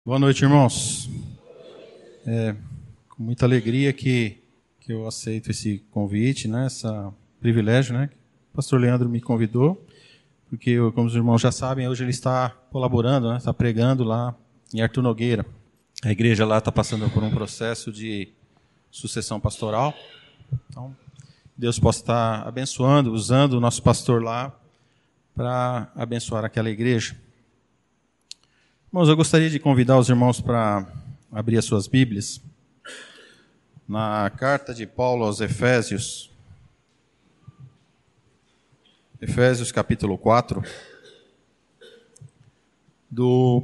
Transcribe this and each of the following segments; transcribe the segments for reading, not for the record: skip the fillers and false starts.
Boa noite, irmãos. Com muita alegria que eu aceito esse convite, né, esse privilégio, né, que o pastor Leandro me convidou, porque, como os irmãos já sabem, hoje ele está colaborando, né, está pregando lá em Artur Nogueira. A igreja lá está passando por um processo de sucessão pastoral. Então, Deus possa estar abençoando, usando o nosso pastor lá para abençoar aquela igreja. Irmãos, eu gostaria de convidar os irmãos para abrir as suas Bíblias na carta de Paulo aos Efésios, Efésios capítulo 4, do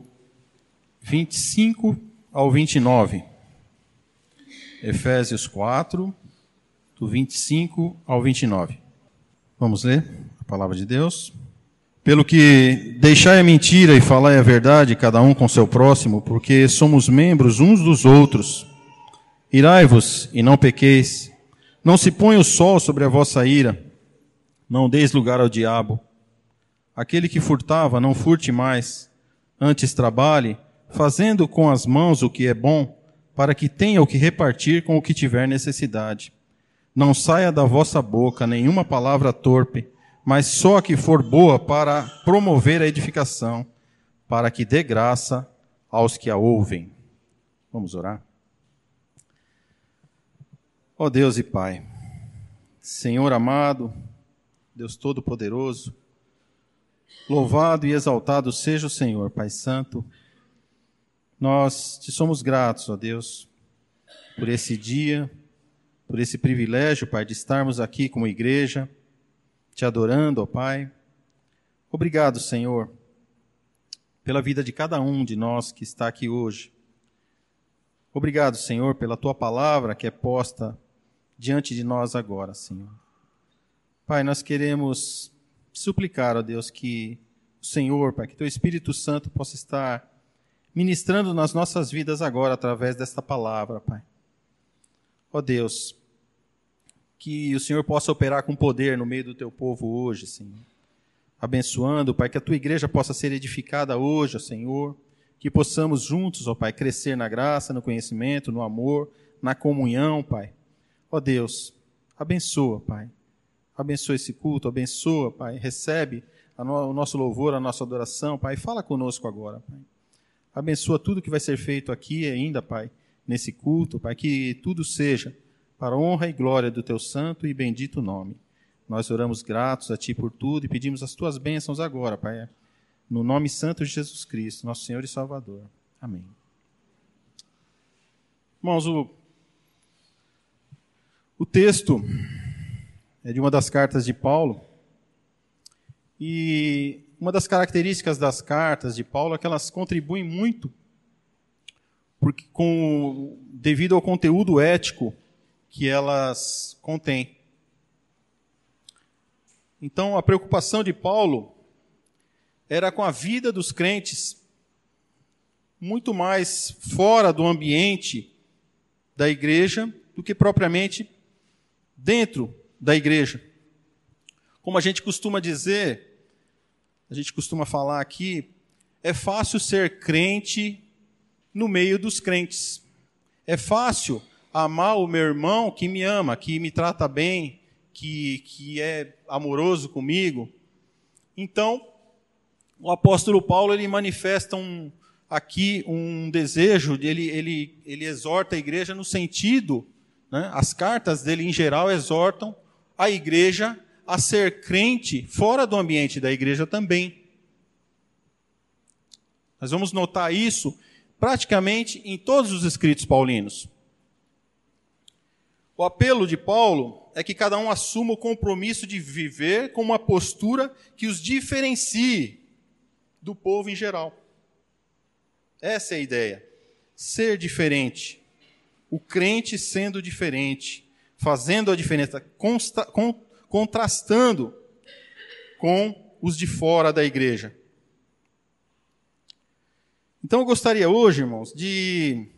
25 ao 29. Efésios 4, do 25 ao 29. Vamos ler a palavra de Deus. Pelo que deixai a mentira e falai a verdade, cada um com seu próximo, porque somos membros uns dos outros. Irai-vos e não pequeis. Não se ponha o sol sobre a vossa ira. Não deis lugar ao diabo. Aquele que furtava, não furte mais. Antes trabalhe, fazendo com as mãos o que é bom, para que tenha o que repartir com o que tiver necessidade. Não saia da vossa boca nenhuma palavra torpe, mas só a que for boa para promover a edificação, para que dê graça aos que a ouvem. Vamos orar? Ó Deus e Pai, Senhor amado, Deus Todo-Poderoso, louvado e exaltado seja o Senhor, Pai Santo. Nós te somos gratos, ó Deus, por esse dia, por esse privilégio, Pai, de estarmos aqui como igreja, te adorando, ó Pai. Obrigado, Senhor, pela vida de cada um de nós que está aqui hoje. Obrigado, Senhor, pela Tua palavra que é posta diante de nós agora, Senhor. Pai, nós queremos suplicar, ó Deus, que o Senhor, Pai, que Teu Espírito Santo possa estar ministrando nas nossas vidas agora através desta palavra, Pai. Ó Deus, que o Senhor possa operar com poder no meio do Teu povo hoje, Senhor. Abençoando, Pai, que a Tua igreja possa ser edificada hoje, ó Senhor. Que possamos juntos, ó Pai, crescer na graça, no conhecimento, no amor, na comunhão, Pai. Ó Deus, abençoa, Pai. Abençoa esse culto, abençoa, Pai. Recebe o nosso louvor, a nossa adoração, Pai. Fala conosco agora, Pai. Abençoa tudo que vai ser feito aqui ainda, Pai, nesse culto, Pai. Que tudo seja para a honra e glória do Teu santo e bendito nome. Nós oramos gratos a Ti por tudo e pedimos as Tuas bênçãos agora, Pai, no nome santo de Jesus Cristo, nosso Senhor e Salvador. Amém. Irmãos, o texto é de uma das cartas de Paulo, e uma das características das cartas de Paulo é que elas contribuem muito devido ao conteúdo ético que elas contêm. Então, a preocupação de Paulo era com a vida dos crentes, muito mais fora do ambiente da igreja do que propriamente dentro da igreja. Como a gente costuma dizer, a gente costuma falar aqui, é fácil ser crente no meio dos crentes. É fácil amar o meu irmão que me ama, que me trata bem, que é amoroso comigo. Então, o apóstolo Paulo ele manifesta aqui um desejo, ele exorta a igreja no sentido, né, as cartas dele em geral exortam a igreja a ser crente fora do ambiente da igreja também. Nós vamos notar isso praticamente em todos os escritos paulinos. O apelo de Paulo é que cada um assuma o compromisso de viver com uma postura que os diferencie do povo em geral. Essa é a ideia. Ser diferente. O crente sendo diferente. Fazendo a diferença. Contrastando com os de fora da igreja. Então eu gostaria hoje, irmãos, de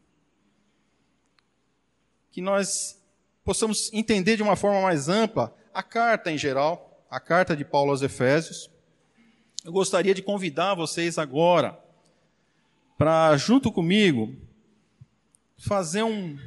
que nós possamos entender de uma forma mais ampla a carta em geral, a carta de Paulo aos Efésios. Eu gostaria de convidar vocês agora para, junto comigo, fazer um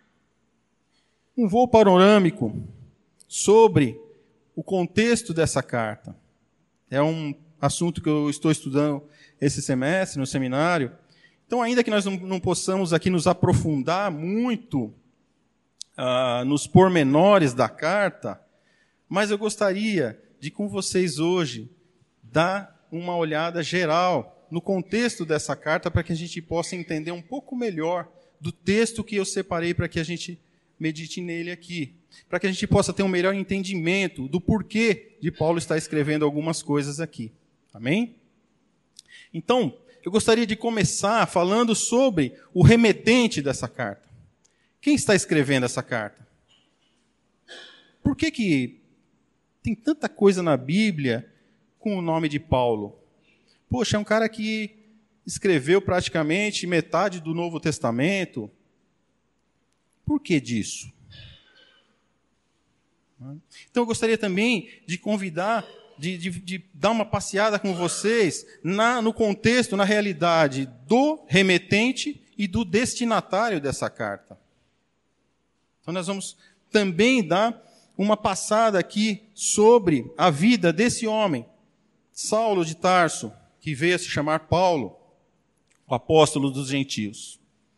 voo panorâmico sobre o contexto dessa carta. É um assunto que eu estou estudando esse semestre no seminário. Então, ainda que nós não possamos aqui nos aprofundar muito nos pormenores da carta, mas eu gostaria de, com vocês hoje, dar uma olhada geral no contexto dessa carta para que a gente possa entender um pouco melhor do texto que eu separei para que a gente medite nele aqui, para que a gente possa ter um melhor entendimento do porquê de Paulo estar escrevendo algumas coisas aqui. Amém? Então, eu gostaria de começar falando sobre o remetente dessa carta. Quem está escrevendo essa carta? Por que tem tanta coisa na Bíblia com o nome de Paulo? Poxa, é um cara que escreveu praticamente metade do Novo Testamento. Por que disso? Então eu gostaria também de convidar, de dar uma passeada com vocês no contexto, na realidade do remetente e do destinatário dessa carta. Então nós vamos também dar uma passada aqui sobre a vida desse homem, Saulo de Tarso, que veio a se chamar Paulo, o apóstolo dos gentios.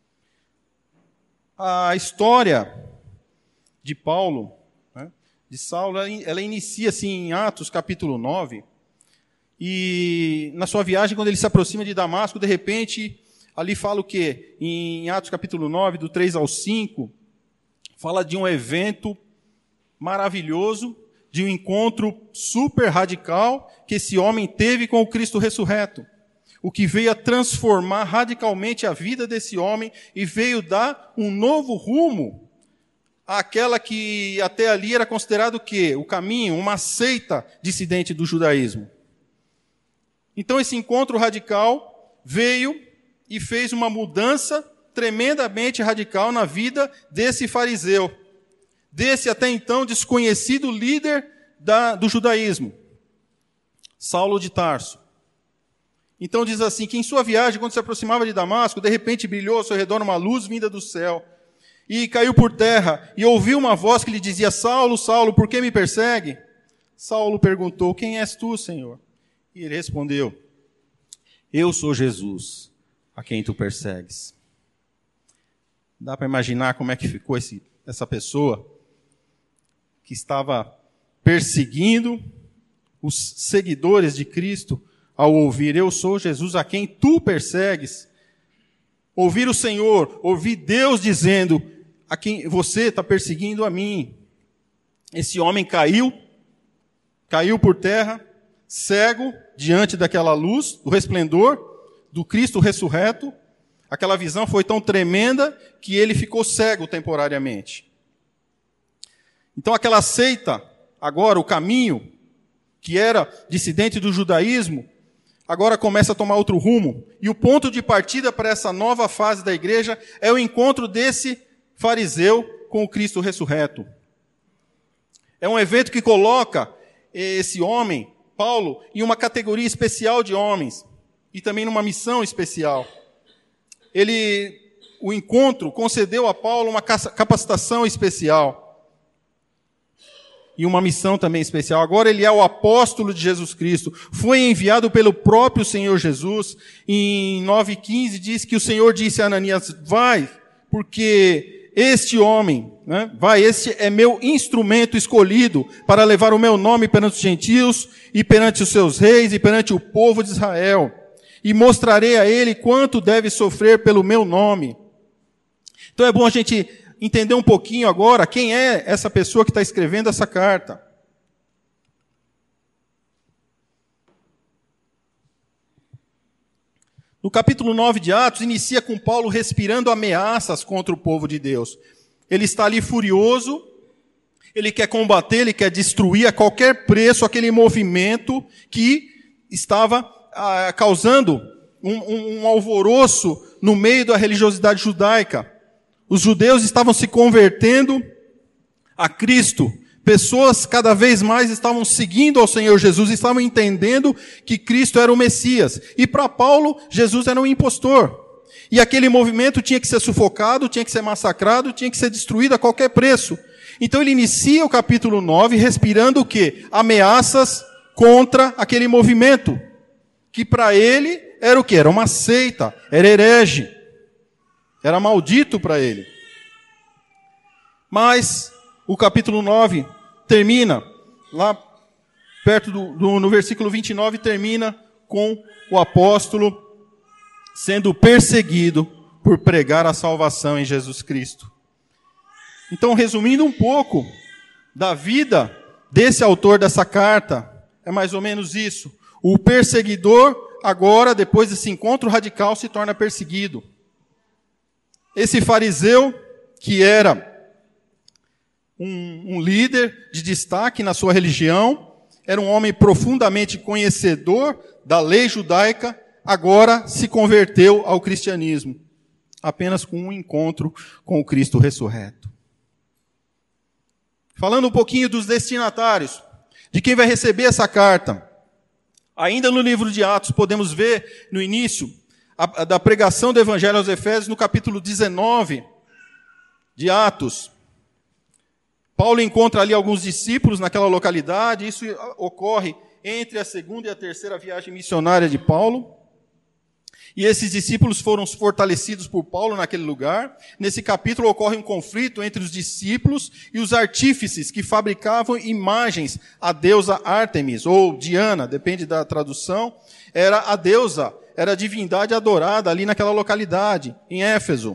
A história de Paulo, de Saulo, ela inicia assim em Atos capítulo 9, e na sua viagem, quando ele se aproxima de Damasco, de repente, ali fala o quê? Em Atos capítulo 9, do 3 ao 5, fala de um evento maravilhoso, de um encontro super radical que esse homem teve com o Cristo ressurreto, o que veio a transformar radicalmente a vida desse homem e veio dar um novo rumo àquela que até ali era considerado o quê? O caminho, uma seita dissidente do judaísmo. Então esse encontro radical veio e fez uma mudança tremendamente radical na vida desse fariseu, desse até então desconhecido líder do judaísmo, Saulo de Tarso. Então diz assim, que em sua viagem, quando se aproximava de Damasco, de repente brilhou ao seu redor uma luz vinda do céu, e caiu por terra, e ouviu uma voz que lhe dizia, Saulo, Saulo, por que me persegue? Saulo perguntou, quem és tu, Senhor? E ele respondeu, eu sou Jesus, a quem tu persegues. Dá para imaginar como é que ficou essa pessoa que estava perseguindo os seguidores de Cristo ao ouvir, eu sou Jesus a quem tu persegues. Ouvir o Senhor, ouvir Deus dizendo, a quem você está perseguindo a mim. Esse homem caiu por terra, cego, diante daquela luz, do resplendor do Cristo ressurreto. Aquela visão foi tão tremenda que ele ficou cego temporariamente. Então aquela seita, agora o caminho, que era dissidente do judaísmo, agora começa a tomar outro rumo. E o ponto de partida para essa nova fase da igreja é o encontro desse fariseu com o Cristo ressurreto. É um evento que coloca esse homem, Paulo, em uma categoria especial de homens e também numa missão especial. O encontro concedeu a Paulo uma capacitação especial e uma missão também especial. Agora ele é o apóstolo de Jesus Cristo. Foi enviado pelo próprio Senhor Jesus. Em 9:15 diz que o Senhor disse a Ananias, vai, porque este homem, este é meu instrumento escolhido para levar o meu nome perante os gentios e perante os seus reis e perante o povo de Israel. E mostrarei a ele quanto deve sofrer pelo meu nome. Então é bom a gente entender um pouquinho agora quem é essa pessoa que está escrevendo essa carta. No capítulo 9 de Atos, inicia com Paulo respirando ameaças contra o povo de Deus. Ele está ali furioso, ele quer combater, ele quer destruir a qualquer preço aquele movimento que estava causando um alvoroço no meio da religiosidade judaica. Os judeus estavam se convertendo a Cristo. Pessoas cada vez mais estavam seguindo ao Senhor Jesus, estavam entendendo que Cristo era o Messias. E para Paulo, Jesus era um impostor. e aquele movimento tinha que ser sufocado, tinha que ser massacrado, tinha que ser destruído a qualquer preço. Então ele inicia o capítulo 9 respirando o quê? Ameaças contra aquele movimento, que para ele era o quê? Era uma seita, era herege, era maldito para ele. Mas o capítulo 9 termina, lá perto no versículo 29, termina com o apóstolo sendo perseguido por pregar a salvação em Jesus Cristo. Então, resumindo um pouco da vida desse autor dessa carta, é mais ou menos isso. O perseguidor, agora, depois desse encontro radical, se torna perseguido. Esse fariseu, que era um líder de destaque na sua religião, era um homem profundamente conhecedor da lei judaica, agora se converteu ao cristianismo, apenas com um encontro com o Cristo ressurreto. Falando um pouquinho dos destinatários, de quem vai receber essa carta. Ainda no livro de Atos, podemos ver no início da pregação do Evangelho aos Efésios, no capítulo 19 de Atos. Paulo encontra ali alguns discípulos naquela localidade, isso ocorre entre a segunda e a terceira viagem missionária de Paulo. E esses discípulos foram fortalecidos por Paulo naquele lugar. Nesse capítulo ocorre um conflito entre os discípulos e os artífices que fabricavam imagens à deusa Ártemis, ou Diana, depende da tradução. Era a deusa, era a divindade adorada ali naquela localidade, em Éfeso.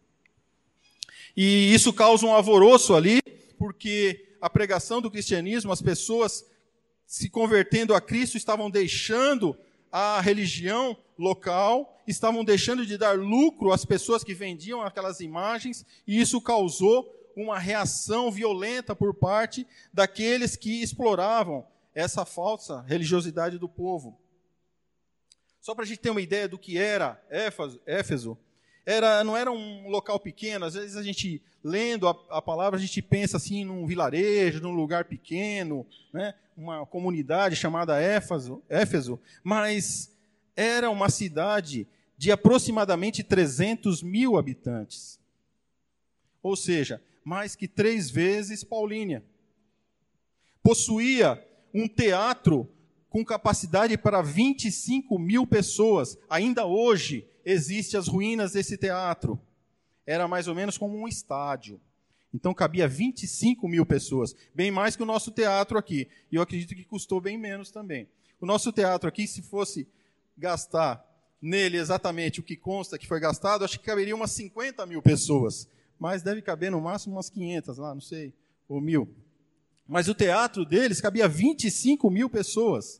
E isso causa um alvoroço ali, porque a pregação do cristianismo, as pessoas se convertendo a Cristo estavam deixando a religião local, estavam deixando de dar lucro às pessoas que vendiam aquelas imagens, e isso causou uma reação violenta por parte daqueles que exploravam essa falsa religiosidade do povo. Só para a gente ter uma ideia do que era Éfeso, não era um local pequeno. Às vezes a gente, lendo a palavra, a gente pensa assim num vilarejo, num lugar pequeno, né? Uma comunidade chamada Éfeso, mas era uma cidade de aproximadamente 300 mil habitantes. Ou seja, mais que 3 vezes Paulínia. Possuía um teatro com capacidade para 25 mil pessoas. Ainda hoje existem as ruínas desse teatro. Era mais ou menos como um estádio. Então cabia 25 mil pessoas, bem mais que o nosso teatro aqui. E eu acredito que custou bem menos também. O nosso teatro aqui, se fosse gastar nele exatamente o que consta que foi gastado, acho que caberia umas 50 mil pessoas. Mas deve caber no máximo umas 500 lá, não sei, ou 1.000. Mas o teatro deles cabia 25 mil pessoas.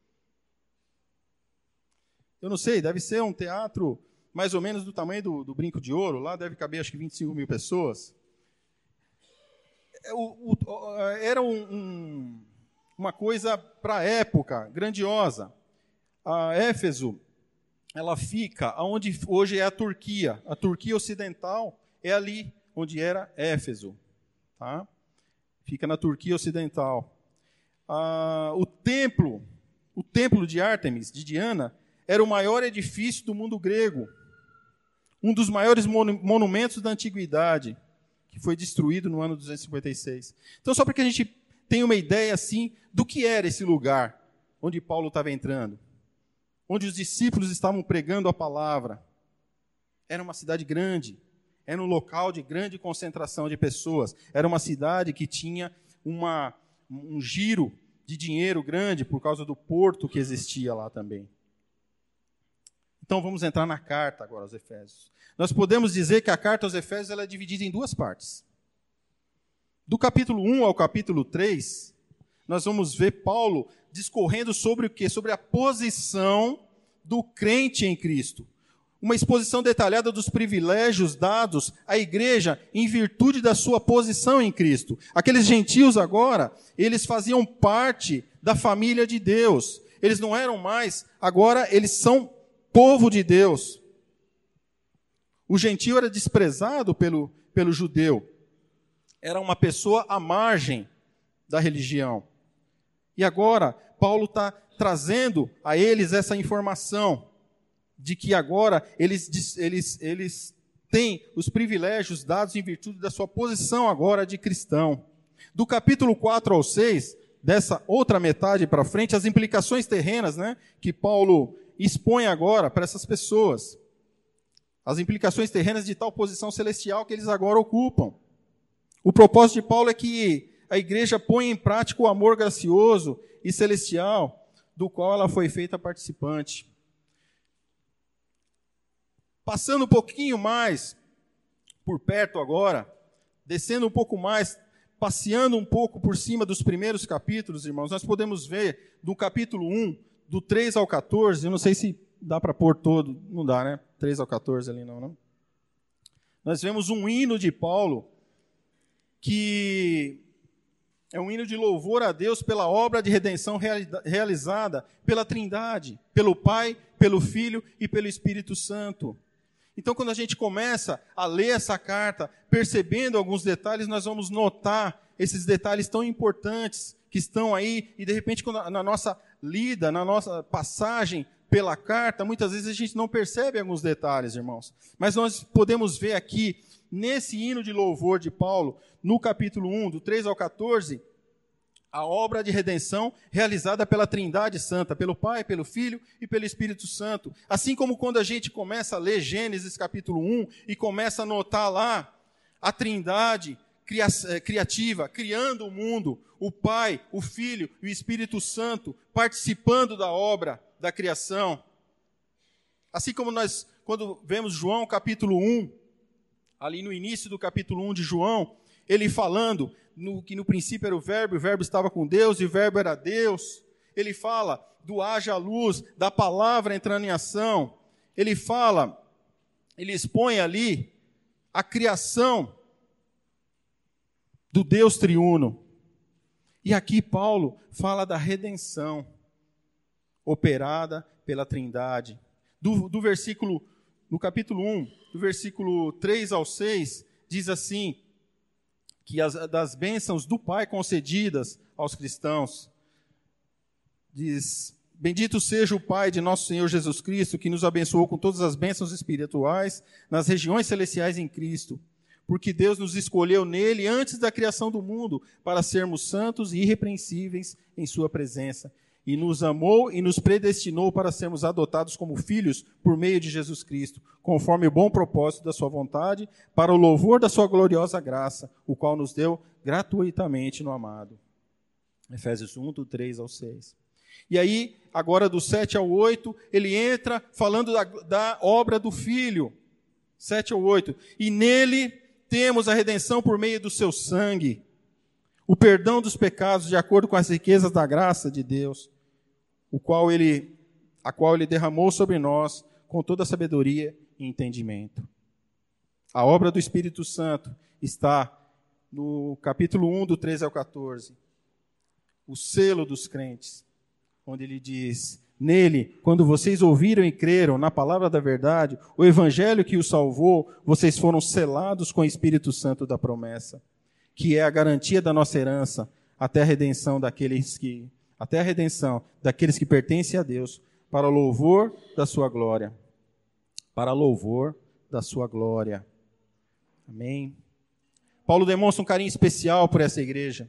Eu não sei, deve ser um teatro mais ou menos do tamanho do Brinco de Ouro. Lá deve caber acho que 25 mil pessoas. Era uma coisa para a época, grandiosa. A Éfeso, ela fica onde hoje é a Turquia. A Turquia ocidental é ali onde era Éfeso. Tá? Fica na Turquia ocidental. O templo de Ártemis, de Diana, era o maior edifício do mundo grego. Um dos maiores monumentos da antiguidade, que foi destruído no ano 256. Então, só para que a gente tenha uma ideia assim do que era esse lugar onde Paulo estava entrando, onde os discípulos estavam pregando a palavra. Era uma cidade grande, era um local de grande concentração de pessoas, era uma cidade que tinha um giro de dinheiro grande por causa do porto que existia lá também. Então vamos entrar na carta agora aos Efésios. Nós podemos dizer que a carta aos Efésios ela é dividida em 2 partes. Do capítulo 1 ao capítulo 3, nós vamos ver Paulo discorrendo sobre o quê? Sobre a posição do crente em Cristo. Uma exposição detalhada dos privilégios dados à igreja em virtude da sua posição em Cristo. Aqueles gentios agora, eles faziam parte da família de Deus. Eles não eram mais, agora eles são povo de Deus. O gentio era desprezado pelo judeu. Era uma pessoa à margem da religião. E agora, Paulo está trazendo a eles essa informação. de que agora eles têm os privilégios dados em virtude da sua posição agora de cristão. Do capítulo 4 ao 6, dessa outra metade para frente, as implicações terrenas, né, que Paulo expõe agora para essas pessoas. As implicações terrenas de tal posição celestial que eles agora ocupam. O propósito de Paulo é que a igreja ponha em prática o amor gracioso e celestial do qual ela foi feita participante. Passando um pouquinho mais por perto agora, descendo um pouco mais, passeando um pouco por cima dos primeiros capítulos, irmãos, nós podemos ver do capítulo 1, do 3 ao 14, eu não sei se dá para pôr todo, não dá, né? 3 ao 14 ali não. Nós vemos um hino de Paulo, que é um hino de louvor a Deus pela obra de redenção realizada pela Trindade, pelo Pai, pelo Filho e pelo Espírito Santo. Então, quando a gente começa a ler essa carta, percebendo alguns detalhes, nós vamos notar esses detalhes tão importantes que estão aí, e de repente, na nossa lida, na nossa passagem pela carta, muitas vezes a gente não percebe alguns detalhes, irmãos. Mas nós podemos ver aqui, nesse hino de louvor de Paulo, no capítulo 1, do 3 ao 14, a obra de redenção realizada pela Trindade Santa, pelo Pai, pelo Filho e pelo Espírito Santo. Assim como quando a gente começa a ler Gênesis capítulo 1 e começa a notar lá a Trindade criativa, criando o mundo, o Pai, o Filho e o Espírito Santo participando da obra da criação. Assim como nós, quando vemos João capítulo 1, ali no início do capítulo 1 de João, ele falando que no princípio era o Verbo estava com Deus e o Verbo era Deus. Ele fala do haja luz, da palavra entrando em ação. Ele expõe ali a criação do Deus triuno. E aqui Paulo fala da redenção operada pela Trindade. No capítulo 1, do versículo 3 ao 6, diz assim, que das bênçãos do Pai concedidas aos cristãos, diz: bendito seja o Pai de nosso Senhor Jesus Cristo, que nos abençoou com todas as bênçãos espirituais nas regiões celestiais em Cristo, porque Deus nos escolheu nele antes da criação do mundo para sermos santos e irrepreensíveis em sua presença, e nos amou e nos predestinou para sermos adotados como filhos por meio de Jesus Cristo, conforme o bom propósito da sua vontade, para o louvor da sua gloriosa graça, o qual nos deu gratuitamente no amado. Efésios 1, do 3 ao 6. E aí, agora do 7 ao 8, ele entra falando da obra do Filho. 7 ao 8. E nele temos a redenção por meio do seu sangue, o perdão dos pecados de acordo com as riquezas da graça de Deus, a qual ele derramou sobre nós com toda a sabedoria e entendimento. A obra do Espírito Santo está no capítulo 1, do 13 ao 14. O selo dos crentes, onde ele diz: nele, quando vocês ouviram e creram na palavra da verdade, o evangelho que os salvou, vocês foram selados com o Espírito Santo da promessa, que é a garantia da nossa herança até a redenção daqueles que pertencem a Deus, para louvor da sua glória. Para louvor da sua glória. Amém. Paulo demonstra um carinho especial por essa igreja.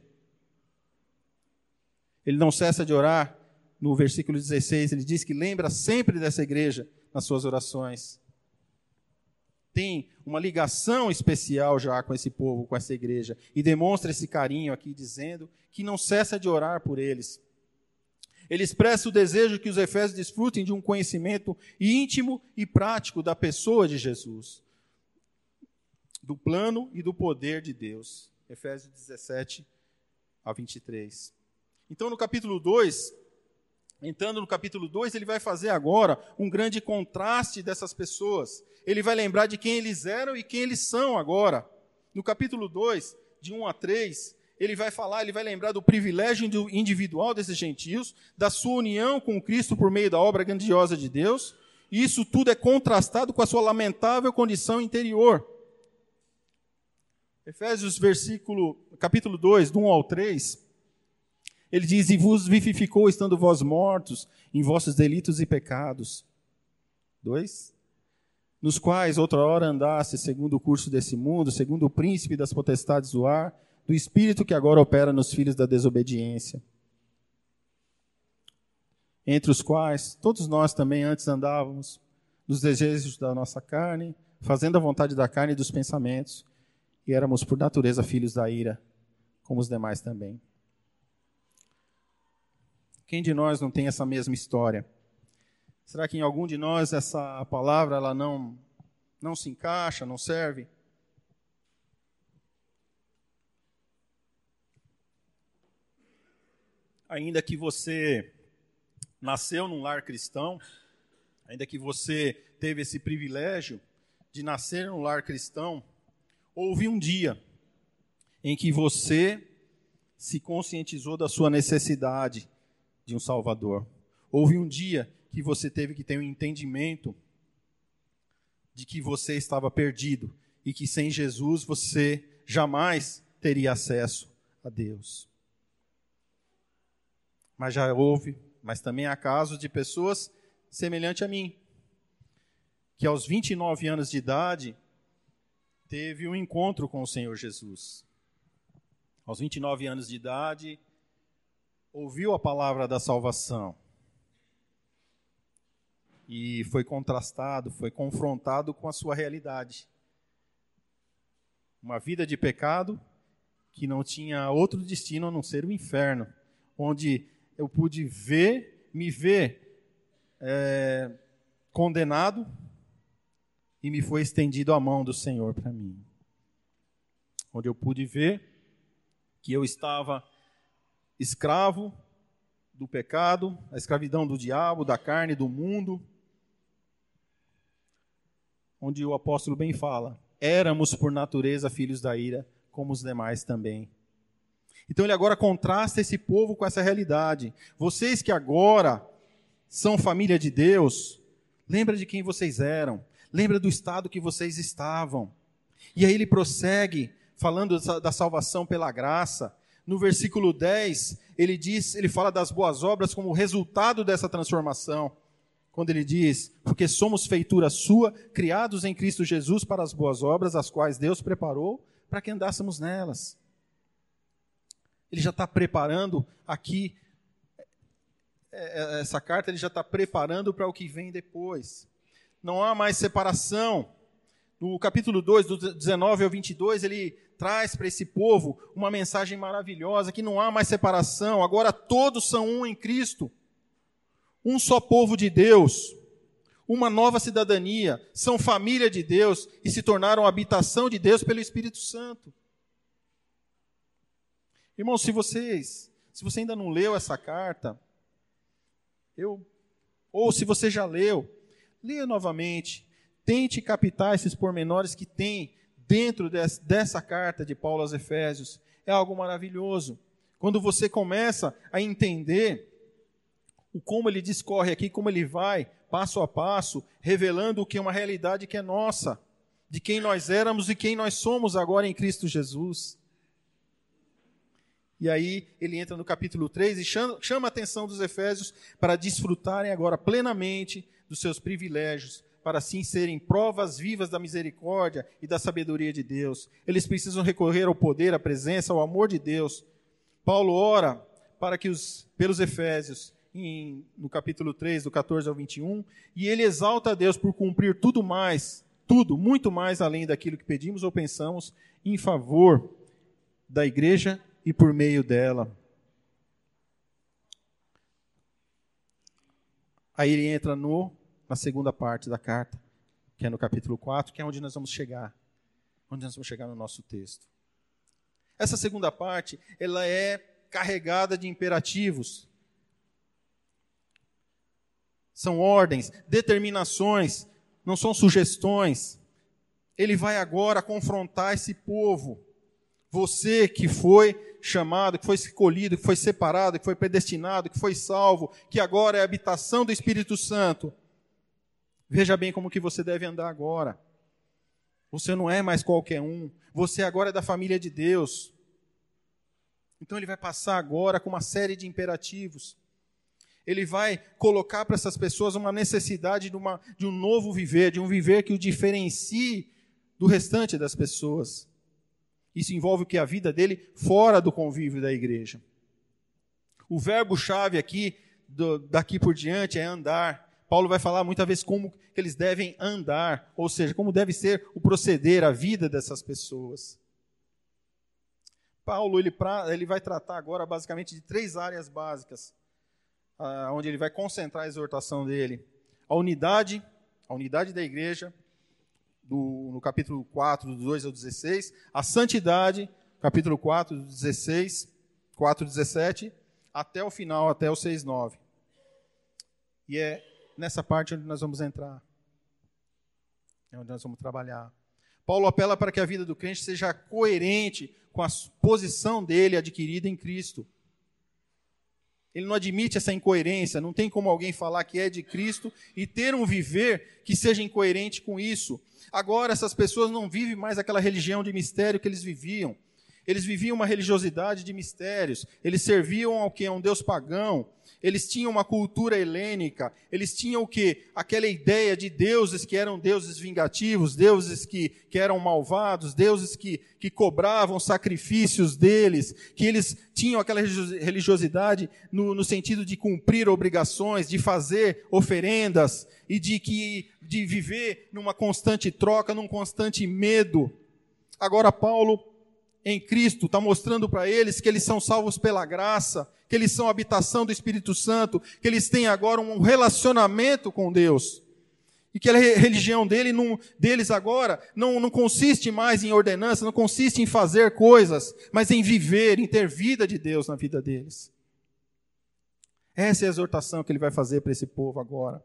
Ele não cessa de orar. No versículo 16, ele diz que lembra sempre dessa igreja nas suas orações. Tem uma ligação especial já com esse povo, com essa igreja, e demonstra esse carinho aqui, dizendo que não cessa de orar por eles. Ele expressa o desejo que os efésios desfrutem de um conhecimento íntimo e prático da pessoa de Jesus, do plano e do poder de Deus. Efésios 17 a 23. Então, entrando no capítulo 2, ele vai fazer agora um grande contraste dessas pessoas. Ele vai lembrar de quem eles eram e quem eles são agora. No capítulo 2, de 1 a 3, ele vai lembrar do privilégio individual desses gentios, da sua união com Cristo por meio da obra grandiosa de Deus, e isso tudo é contrastado com a sua lamentável condição interior. Efésios capítulo 2, do 1 ao 3, ele diz: e vos vivificou estando vós mortos em vossos delitos e pecados, 2. Nos quais outra hora andaste segundo o curso desse mundo, segundo o príncipe das potestades do ar, do espírito que agora opera nos filhos da desobediência, entre os quais todos nós também antes andávamos nos desejos da nossa carne, fazendo a vontade da carne e dos pensamentos, e éramos por natureza filhos da ira, como os demais também. Quem de nós não tem essa mesma história? Será que em algum de nós essa palavra ela não se encaixa, não serve? Ainda que você nasceu num lar cristão, ainda que você teve esse privilégio de nascer num lar cristão, houve um dia em que você se conscientizou da sua necessidade de um Salvador. Houve um dia que você teve que ter um entendimento de que você estava perdido e que sem Jesus você jamais teria acesso a Deus. Mas já houve, mas também há casos de pessoas semelhantes a mim, que aos 29 anos de idade teve um encontro com o Senhor Jesus. Aos 29 anos de idade, ouviu a palavra da salvação e foi contrastado, foi confrontado com a sua realidade. Uma vida de pecado que não tinha outro destino a não ser o inferno, onde eu pude me ver condenado e me foi estendido a mão do Senhor para mim. Onde eu pude ver que eu estava escravo do pecado, a escravidão do diabo, da carne, do mundo, onde o apóstolo bem fala, éramos por natureza filhos da ira, como os demais também. Então ele agora contrasta esse povo com essa realidade. Vocês que agora são família de Deus, lembra de quem vocês eram, lembra do estado que vocês estavam. E aí ele prossegue falando da salvação pela graça. No versículo 10, ele fala das boas obras como resultado dessa transformação. Quando ele diz, porque somos feitura sua, criados em Cristo Jesus para as boas obras, as quais Deus preparou para que andássemos nelas. Ele já está preparando aqui, essa carta ele já está preparando para o que vem depois. Não há mais separação. No capítulo 2, do 19 ao 22, ele traz para esse povo uma mensagem maravilhosa, que não há mais separação, agora todos são um em Cristo. Um só povo de Deus, uma nova cidadania, são família de Deus e se tornaram habitação de Deus pelo Espírito Santo. Irmãos, se você ainda não leu essa carta, ou se você já leu, leia novamente, tente captar esses pormenores que tem dentro dessa carta de Paulo aos Efésios. É algo maravilhoso. Quando você começa a entender como ele discorre aqui, como ele vai, passo a passo, revelando o que é uma realidade que é nossa, de quem nós éramos e quem nós somos agora em Cristo Jesus. E aí ele entra no capítulo 3 e chama a atenção dos Efésios para desfrutarem agora plenamente dos seus privilégios, para assim serem provas vivas da misericórdia e da sabedoria de Deus. Eles precisam recorrer ao poder, à presença, ao amor de Deus. Paulo ora para que pelos Efésios, no capítulo 3, do 14 ao 21, e ele exalta a Deus por cumprir tudo, muito mais além daquilo que pedimos ou pensamos, em favor da igreja e por meio dela. Aí ele entra na segunda parte da carta, que é no capítulo 4, que é onde nós vamos chegar no nosso texto. Essa segunda parte, ela é carregada de imperativos. São ordens, determinações, não são sugestões. Ele vai agora confrontar esse povo. Você que foi chamado, que foi escolhido, que foi separado, que foi predestinado, que foi salvo, que agora é a habitação do Espírito Santo. Veja bem como que você deve andar agora. Você não é mais qualquer um. Você agora é da família de Deus. Então ele vai passar agora com uma série de imperativos. Ele vai colocar para essas pessoas uma necessidade de um novo viver, de um viver que o diferencie do restante das pessoas. Isso envolve o que? A vida dele fora do convívio da igreja. O verbo-chave aqui, daqui por diante, é andar. Paulo vai falar muitas vezes como eles devem andar, ou seja, como deve ser o proceder, a vida dessas pessoas. Paulo ele vai tratar agora basicamente de 3 áreas básicas, onde ele vai concentrar a exortação dele. A unidade da igreja, no capítulo 4, do 2 ao 16. A santidade, capítulo 4, do 16, 4, 17, até o final, até o 6, 9. E é nessa parte onde nós vamos entrar. É onde nós vamos trabalhar. Paulo apela para que a vida do crente seja coerente com a posição dele adquirida em Cristo. Ele não admite essa incoerência, não tem como alguém falar que é de Cristo e ter um viver que seja incoerente com isso. Agora, essas pessoas não vivem mais aquela religião de mistério que eles viviam. Eles viviam uma religiosidade de mistérios, eles serviam ao que? A um Deus pagão, eles tinham uma cultura helênica, eles tinham o que? Aquela ideia de deuses que eram deuses vingativos, deuses que eram malvados, deuses que cobravam sacrifícios deles, que eles tinham aquela religiosidade no sentido de cumprir obrigações, de fazer oferendas e de viver numa constante troca, num constante medo. Agora Paulo, em Cristo, está mostrando para eles que eles são salvos pela graça, que eles são habitação do Espírito Santo, que eles têm agora um relacionamento com Deus. E que a religião deles agora não consiste mais em ordenança, não consiste em fazer coisas, mas em viver, em ter vida de Deus na vida deles. Essa é a exortação que ele vai fazer para esse povo agora.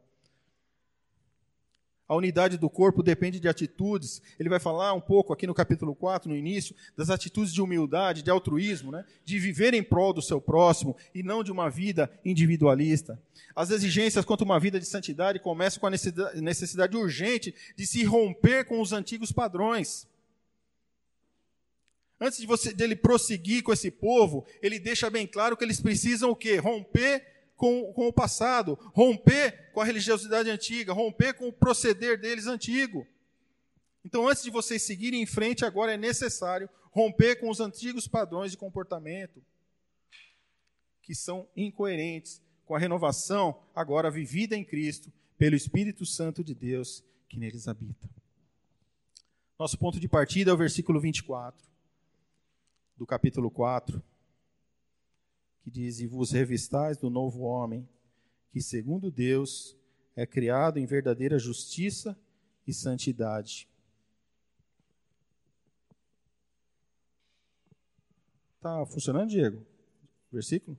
A unidade do corpo depende de atitudes. Ele vai falar um pouco aqui no capítulo 4, no início, das atitudes de humildade, de altruísmo, né? De viver em prol do seu próximo e não de uma vida individualista. As exigências quanto a uma vida de santidade começam com a necessidade urgente de se romper com os antigos padrões. Antes dele prosseguir com esse povo, ele deixa bem claro que eles precisam o quê? Romper com o passado, romper com a religiosidade antiga, romper com o proceder deles antigo. Então, antes de vocês seguirem em frente, agora é necessário romper com os antigos padrões de comportamento, que são incoerentes com a renovação agora vivida em Cristo, pelo Espírito Santo de Deus que neles habita. Nosso ponto de partida é o versículo 24, do capítulo 4, que diz: e vos revistais do novo homem, que segundo Deus é criado em verdadeira justiça e santidade. Está funcionando, Diego? Versículo?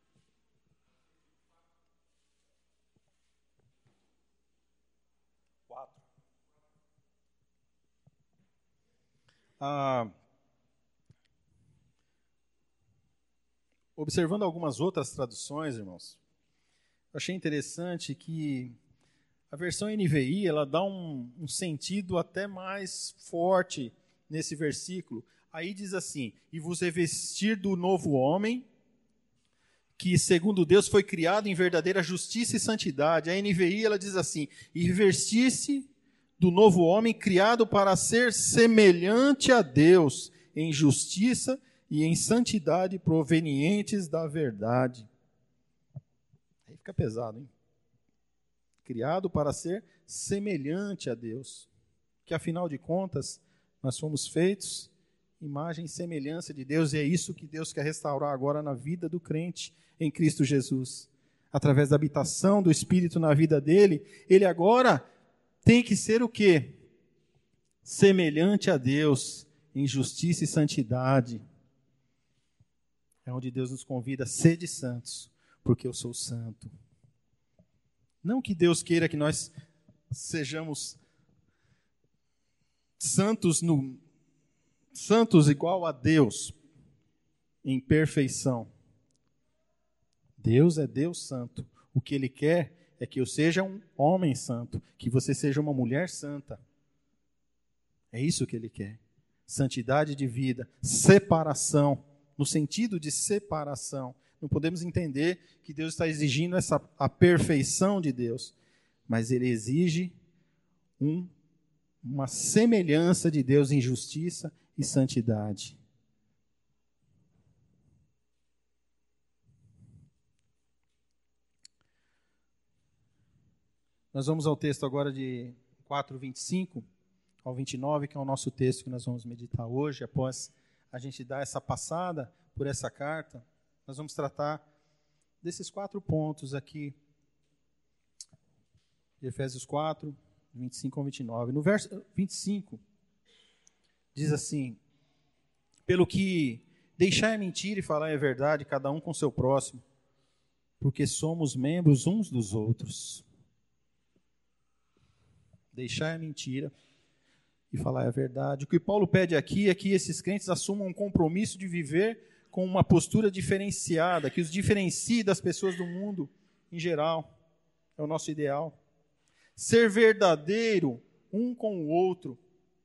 Observando algumas outras traduções, irmãos, eu achei interessante que a versão NVI ela dá um sentido até mais forte nesse versículo. Aí diz assim: e vos revestir do novo homem, que segundo Deus foi criado em verdadeira justiça e santidade. A NVI ela diz assim: e revestir-se do novo homem criado para ser semelhante a Deus em justiça e em santidade provenientes da verdade. Aí fica pesado, hein? Criado para ser semelhante a Deus. Que afinal de contas, nós fomos feitos imagem e semelhança de Deus, e é isso que Deus quer restaurar agora na vida do crente em Cristo Jesus. Através da habitação do Espírito na vida dele, ele agora tem que ser o quê? Semelhante a Deus em justiça e santidade. É onde Deus nos convida: sede santos, porque eu sou santo. Não que Deus queira que nós sejamos santos igual a Deus, em perfeição. Deus é Deus santo. O que Ele quer é que eu seja um homem santo, que você seja uma mulher santa. É isso que Ele quer. Santidade de vida, separação, no sentido de separação. Não podemos entender que Deus está exigindo a perfeição de Deus, mas Ele exige uma semelhança de Deus em justiça e santidade. Nós vamos ao texto agora de 4:25 ao 29, que é o nosso texto que nós vamos meditar hoje. Após a gente dar essa passada por essa carta, nós vamos tratar desses 4 pontos aqui, de Efésios 4, 25 ao 29. No verso 25, diz assim: pelo que deixai a mentira e falai a verdade, cada um com seu próximo, porque somos membros uns dos outros. Deixai a mentira e falar a verdade. O que Paulo pede aqui é que esses crentes assumam um compromisso de viver com uma postura diferenciada, que os diferencie das pessoas do mundo em geral. É o nosso ideal. Ser verdadeiro um com o outro.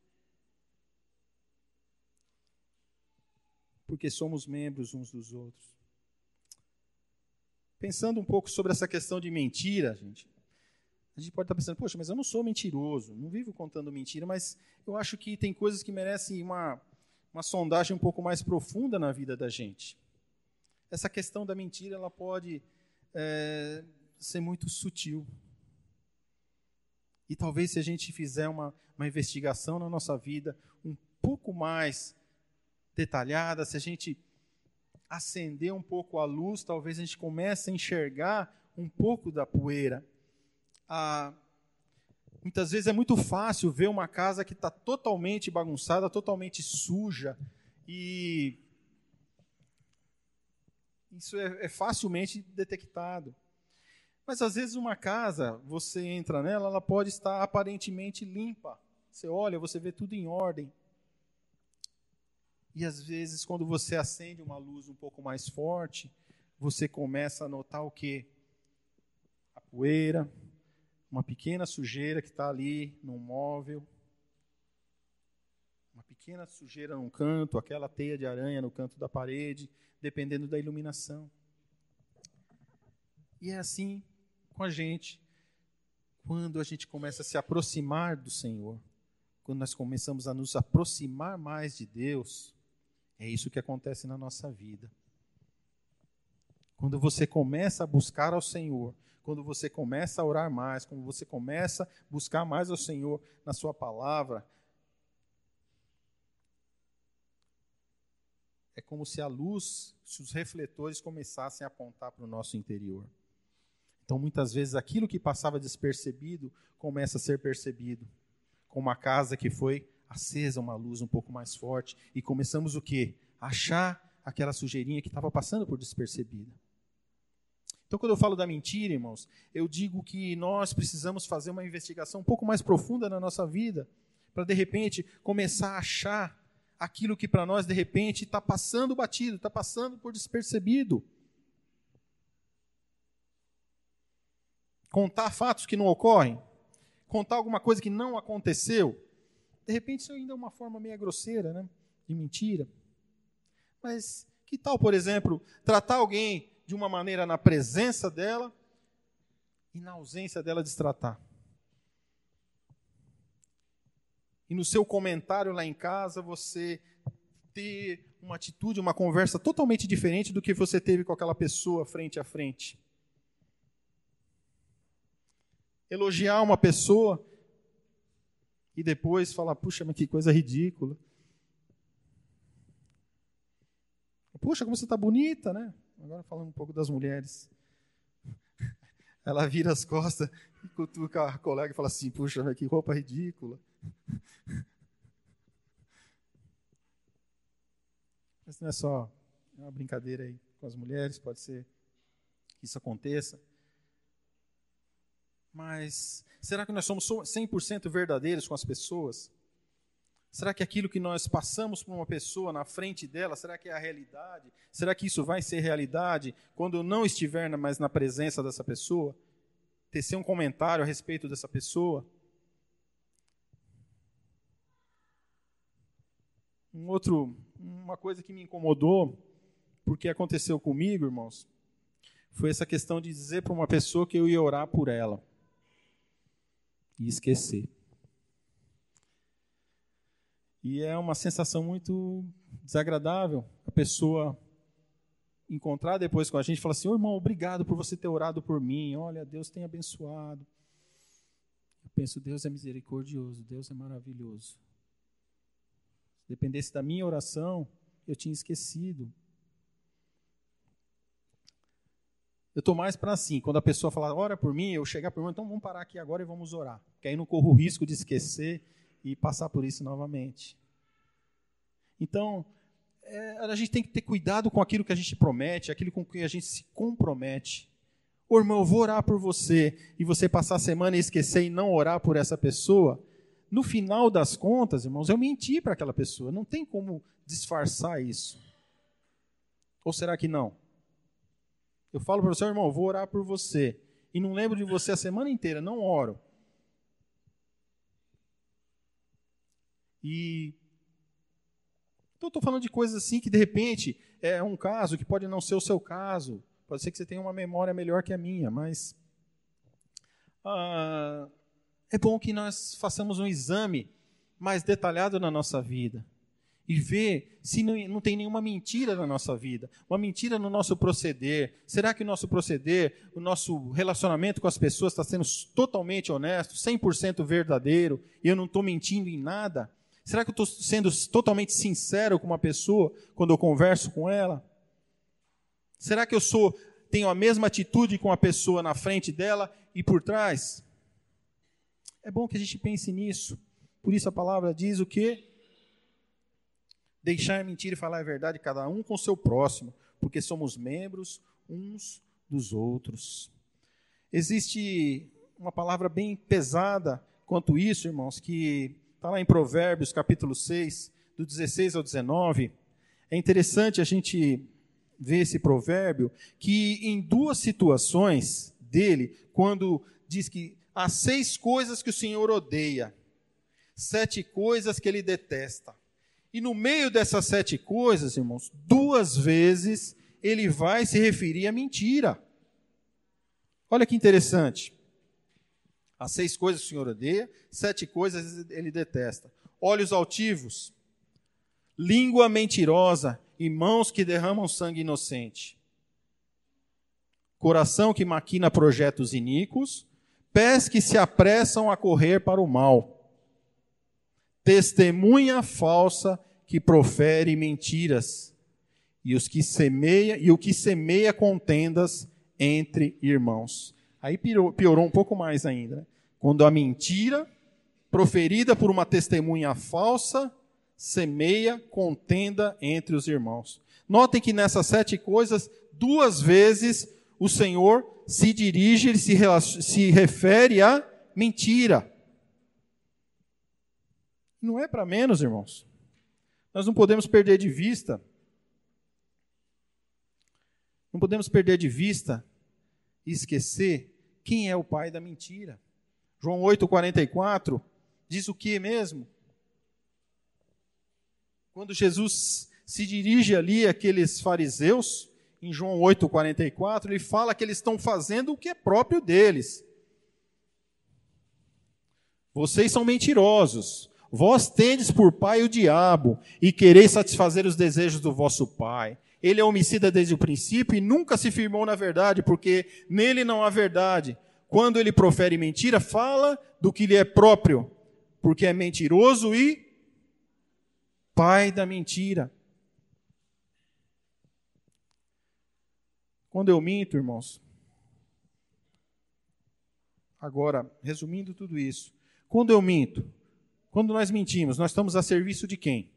Porque somos membros uns dos outros. Pensando um pouco sobre essa questão de mentira, a gente pode estar pensando, poxa, mas eu não sou mentiroso, não vivo contando mentira, mas eu acho que tem coisas que merecem uma sondagem um pouco mais profunda na vida da gente. Essa questão da mentira, ela pode ser muito sutil. E talvez se a gente fizer uma investigação na nossa vida um pouco mais detalhada, se a gente acender um pouco a luz, talvez a gente comece a enxergar um pouco da poeira. Muitas vezes é muito fácil ver uma casa que está totalmente bagunçada, totalmente suja, e isso é facilmente detectado. Mas às vezes uma casa, você entra nela, ela pode estar aparentemente limpa. Você olha, você vê tudo em ordem. E às vezes, quando você acende uma luz um pouco mais forte, você começa a notar o quê? A poeira, uma pequena sujeira que está ali num móvel, uma pequena sujeira num canto, aquela teia de aranha no canto da parede, dependendo da iluminação. E é assim com a gente, quando a gente começa a se aproximar do Senhor, quando nós começamos a nos aproximar mais de Deus, é isso que acontece na nossa vida. Quando você começa a buscar ao Senhor, quando você começa a orar mais, quando você começa a buscar mais ao Senhor na sua palavra, é como se a luz, se os refletores começassem a apontar para o nosso interior. Então, muitas vezes, aquilo que passava despercebido começa a ser percebido. Com uma casa que foi acesa, uma luz um pouco mais forte, e começamos o quê? A achar aquela sujeirinha que estava passando por despercebida. Então, quando eu falo da mentira, irmãos, eu digo que nós precisamos fazer uma investigação um pouco mais profunda na nossa vida, para, de repente, começar a achar aquilo que para nós, de repente, está passando batido, está passando por despercebido. Contar fatos que não ocorrem, contar alguma coisa que não aconteceu. De repente, isso ainda é uma forma meio grosseira, né, de mentira. Mas que tal, por exemplo, tratar alguém de uma maneira na presença dela e na ausência dela destratar? E no seu comentário lá em casa, você ter uma atitude, uma conversa totalmente diferente do que você teve com aquela pessoa frente a frente. Elogiar uma pessoa e depois falar, puxa, mas que coisa ridícula. Puxa, como você está bonita, né? Agora falando um pouco das mulheres. Ela vira as costas e cutuca a colega e fala assim, puxa, mas que roupa ridícula. Mas não é só uma brincadeira aí com as mulheres, pode ser que isso aconteça. Mas será que nós somos 100% verdadeiros com as pessoas? Será que aquilo que nós passamos por uma pessoa na frente dela, será que é a realidade? Será que isso vai ser realidade quando eu não estiver mais na presença dessa pessoa? Tecer um comentário a respeito dessa pessoa? Uma coisa que me incomodou porque aconteceu comigo, irmãos, foi essa questão de dizer para uma pessoa que eu ia orar por ela e esquecer. E é uma sensação muito desagradável a pessoa encontrar depois com a gente e falar assim: ô irmão, obrigado por você ter orado por mim, olha, Deus tem abençoado. Eu penso, Deus é misericordioso, Deus é maravilhoso. Se dependesse da minha oração, eu tinha esquecido. Eu estou mais para assim, quando a pessoa falar, ora por mim, eu chegar por mim, então vamos parar aqui agora e vamos orar. Porque aí não corro o risco de esquecer e passar por isso novamente. Então, a gente tem que ter cuidado com aquilo que a gente promete, aquilo com que a gente se compromete. Ô irmão, eu vou orar por você, e você passar a semana e esquecer e não orar por essa pessoa, no final das contas, irmãos, eu menti para aquela pessoa. Não tem como disfarçar isso. Ou será que não? Eu falo para você, irmão, eu vou orar por você, e não lembro de você a semana inteira, não oro. E então estou falando de coisas assim que de repente é um caso que pode não ser o seu caso, pode ser que você tenha uma memória melhor que a minha, mas é bom que nós façamos um exame mais detalhado na nossa vida e ver se não tem nenhuma mentira na nossa vida, uma mentira no nosso proceder. Será que o nosso proceder, o nosso relacionamento com as pessoas está sendo totalmente honesto, 100% verdadeiro, e eu não estou mentindo em nada? Será que eu estou sendo totalmente sincero com uma pessoa quando eu converso com ela? Será que eu tenho a mesma atitude com a pessoa na frente dela e por trás? É bom que a gente pense nisso. Por isso a palavra diz o quê? Deixar a mentira e falar a verdade, cada um com o seu próximo, porque somos membros uns dos outros. Existe uma palavra bem pesada quanto isso, irmãos, que está lá em Provérbios, capítulo 6, do 16 ao 19. É interessante a gente ver esse provérbio, que em duas situações dele, quando diz que há 6 coisas que o Senhor odeia, 7 coisas que ele detesta. E no meio dessas 7 coisas, irmãos, 2 vezes ele vai se referir à mentira. Olha que interessante. Há 6 coisas que o Senhor odeia, 7 coisas ele detesta. Olhos altivos, língua mentirosa e mãos que derramam sangue inocente. Coração que maquina projetos iníquos, pés que se apressam a correr para o mal. Testemunha falsa que profere mentiras, e o que semeia contendas entre irmãos. Aí piorou um pouco mais ainda, né? Quando a mentira, proferida por uma testemunha falsa, semeia contenda entre os irmãos. Notem que nessas 7 coisas, 2 vezes o Senhor se dirige, ele se refere à mentira. Não é para menos, irmãos. Nós não podemos perder de vista. Não podemos perder de vista e esquecer quem é o pai da mentira. João 8,44 diz o que mesmo? Quando Jesus se dirige ali àqueles fariseus, em João 8,44, ele fala que eles estão fazendo o que é próprio deles. Vocês são mentirosos. Vós tendes por pai o diabo, e quereis satisfazer os desejos do vosso pai. Ele é homicida desde o princípio e nunca se firmou na verdade, porque nele não há verdade. Quando ele profere mentira, fala do que lhe é próprio, porque é mentiroso e pai da mentira. Quando eu minto, irmãos, agora, resumindo tudo isso, quando eu minto, quando nós mentimos, nós estamos a serviço de quem?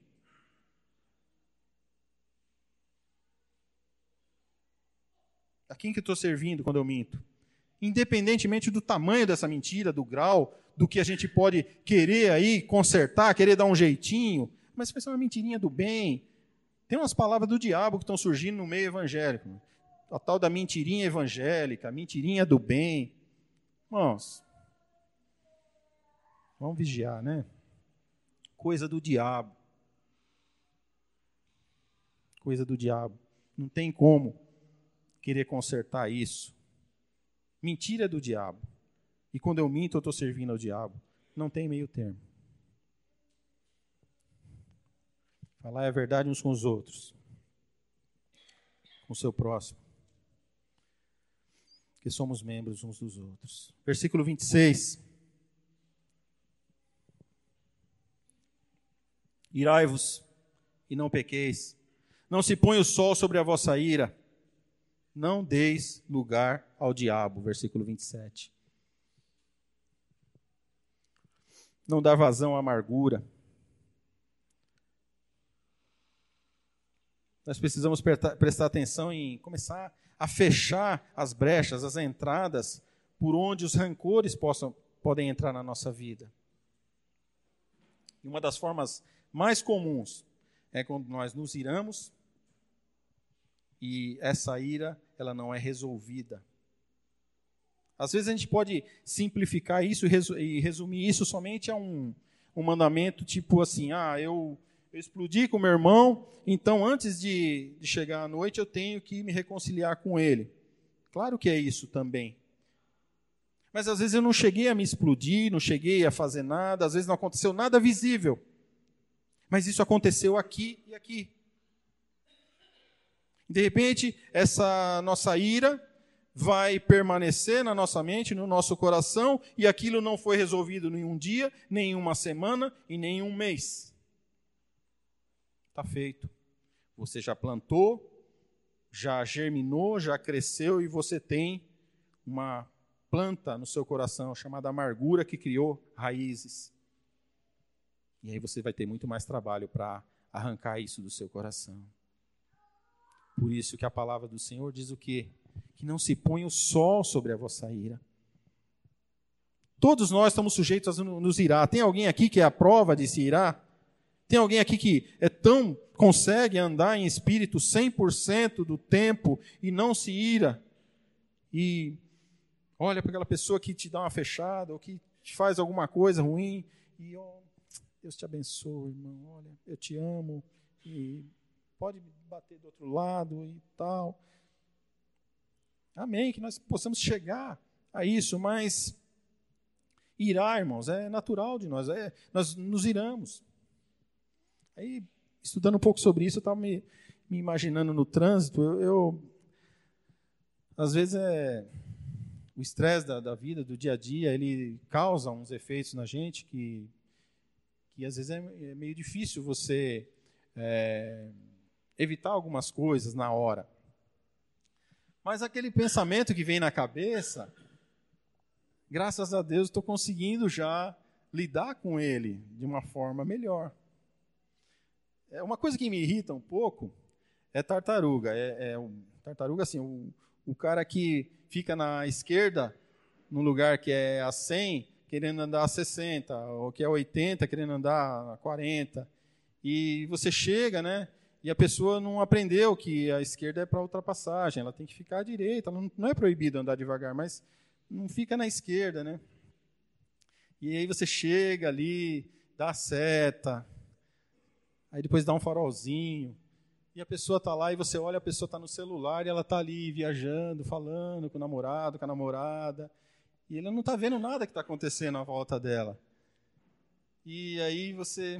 A quem que eu estou servindo quando eu minto? Independentemente do tamanho dessa mentira, do grau, do que a gente pode querer aí consertar, querer dar um jeitinho, mas se for uma mentirinha do bem, tem umas palavras do diabo que estão surgindo no meio evangélico. A tal da mentirinha evangélica, a mentirinha do bem. Irmãos, vamos vigiar, né? Coisa do diabo. Coisa do diabo. Não tem como querer consertar isso. Mentira é do diabo. E quando eu minto, eu estou servindo ao diabo. Não tem meio termo. Falar a verdade uns com os outros. Com o seu próximo. Porque somos membros uns dos outros. Versículo 26. Irai-vos e não pequeis. Não se ponha o sol sobre a vossa ira. Não deis lugar ao diabo. Versículo 27. Não dá vazão à amargura. Nós precisamos prestar atenção em começar a fechar as brechas, as entradas, por onde os rancores podem entrar na nossa vida. E uma das formas mais comuns é quando nós nos iramos e essa ira ela não é resolvida. Às vezes a gente pode simplificar isso e resumir isso somente a um mandamento tipo assim, eu explodi com meu irmão, então antes de chegar à noite eu tenho que me reconciliar com ele. Claro que é isso também. Mas às vezes eu não cheguei a me explodir, não cheguei a fazer nada, às vezes não aconteceu nada visível. Mas isso aconteceu aqui e aqui. De repente, essa nossa ira vai permanecer na nossa mente, no nosso coração, e aquilo não foi resolvido em um dia, nem em uma semana e nem em um mês. Está feito. Você já plantou, já germinou, já cresceu e você tem uma planta no seu coração chamada amargura que criou raízes. E aí você vai ter muito mais trabalho para arrancar isso do seu coração. Por isso que a palavra do Senhor diz o quê? Que não se ponha o sol sobre a vossa ira. Todos nós estamos sujeitos a nos irar. Tem alguém aqui que é a prova de se irar? Tem alguém aqui que consegue andar em espírito 100% do tempo e não se ira? E olha para aquela pessoa que te dá uma fechada ou que te faz alguma coisa ruim e Deus te abençoe, irmão. Olha, eu te amo e pode bater do outro lado e tal. Amém, que nós possamos chegar a isso, mas irar, irmãos, é natural de nós, nós nos iramos. Aí, estudando um pouco sobre isso, eu estava me imaginando no trânsito, às vezes o estresse da vida, do dia a dia, ele causa uns efeitos na gente que às vezes é meio difícil você evitar algumas coisas na hora. Mas aquele pensamento que vem na cabeça, graças a Deus, estou conseguindo já lidar com ele de uma forma melhor. Uma coisa que me irrita um pouco é tartaruga. Tartaruga, assim, o cara que fica na esquerda, no lugar que é a 100, querendo andar a 60, ou que é 80, querendo andar a 40. E você chega, né? E a pessoa não aprendeu que a esquerda é para ultrapassagem, ela tem que ficar à direita, não é proibido andar devagar, mas não fica na esquerda, né? E aí você chega ali, dá a seta, aí depois dá um farolzinho, e a pessoa está lá, e você olha, a pessoa está no celular, e ela está ali viajando, falando com o namorado, com a namorada, e ele não está vendo nada que está acontecendo à volta dela. E aí você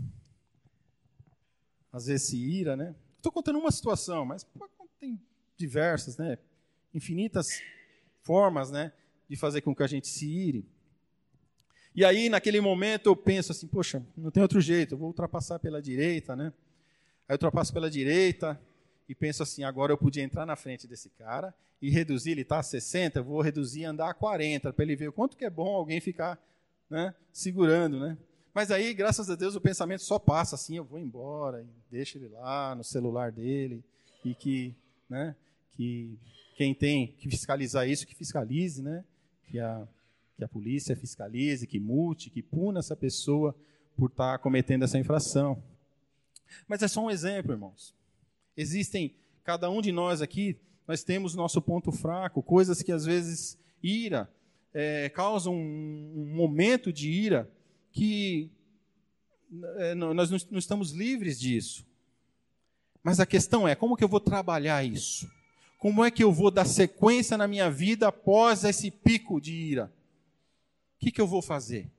às vezes se ira, né? Estou contando uma situação, mas tem diversas, né? Infinitas formas, né, de fazer com que a gente se ire. E aí, naquele momento, eu penso assim, poxa, não tem outro jeito, eu vou ultrapassar pela direita, né? Aí eu ultrapasso pela direita e penso assim, agora eu podia entrar na frente desse cara e reduzir, ele está a 60, eu vou reduzir e andar a 40, para ele ver o quanto que é bom alguém ficar, né, segurando, né? Mas aí, graças a Deus, o pensamento só passa assim, eu vou embora, e deixo ele lá no celular dele, e que quem tem que fiscalizar isso, que fiscalize, né? Que a polícia fiscalize, que multe, que puna essa pessoa por estar cometendo essa infração. Mas é só um exemplo, irmãos. Existem, cada um de nós aqui, nós temos nosso ponto fraco, coisas que às vezes causam um momento de ira, que nós não estamos livres disso. Mas a questão é, como que eu vou trabalhar isso? Como é que eu vou dar sequência na minha vida após esse pico de ira? O que eu vou fazer?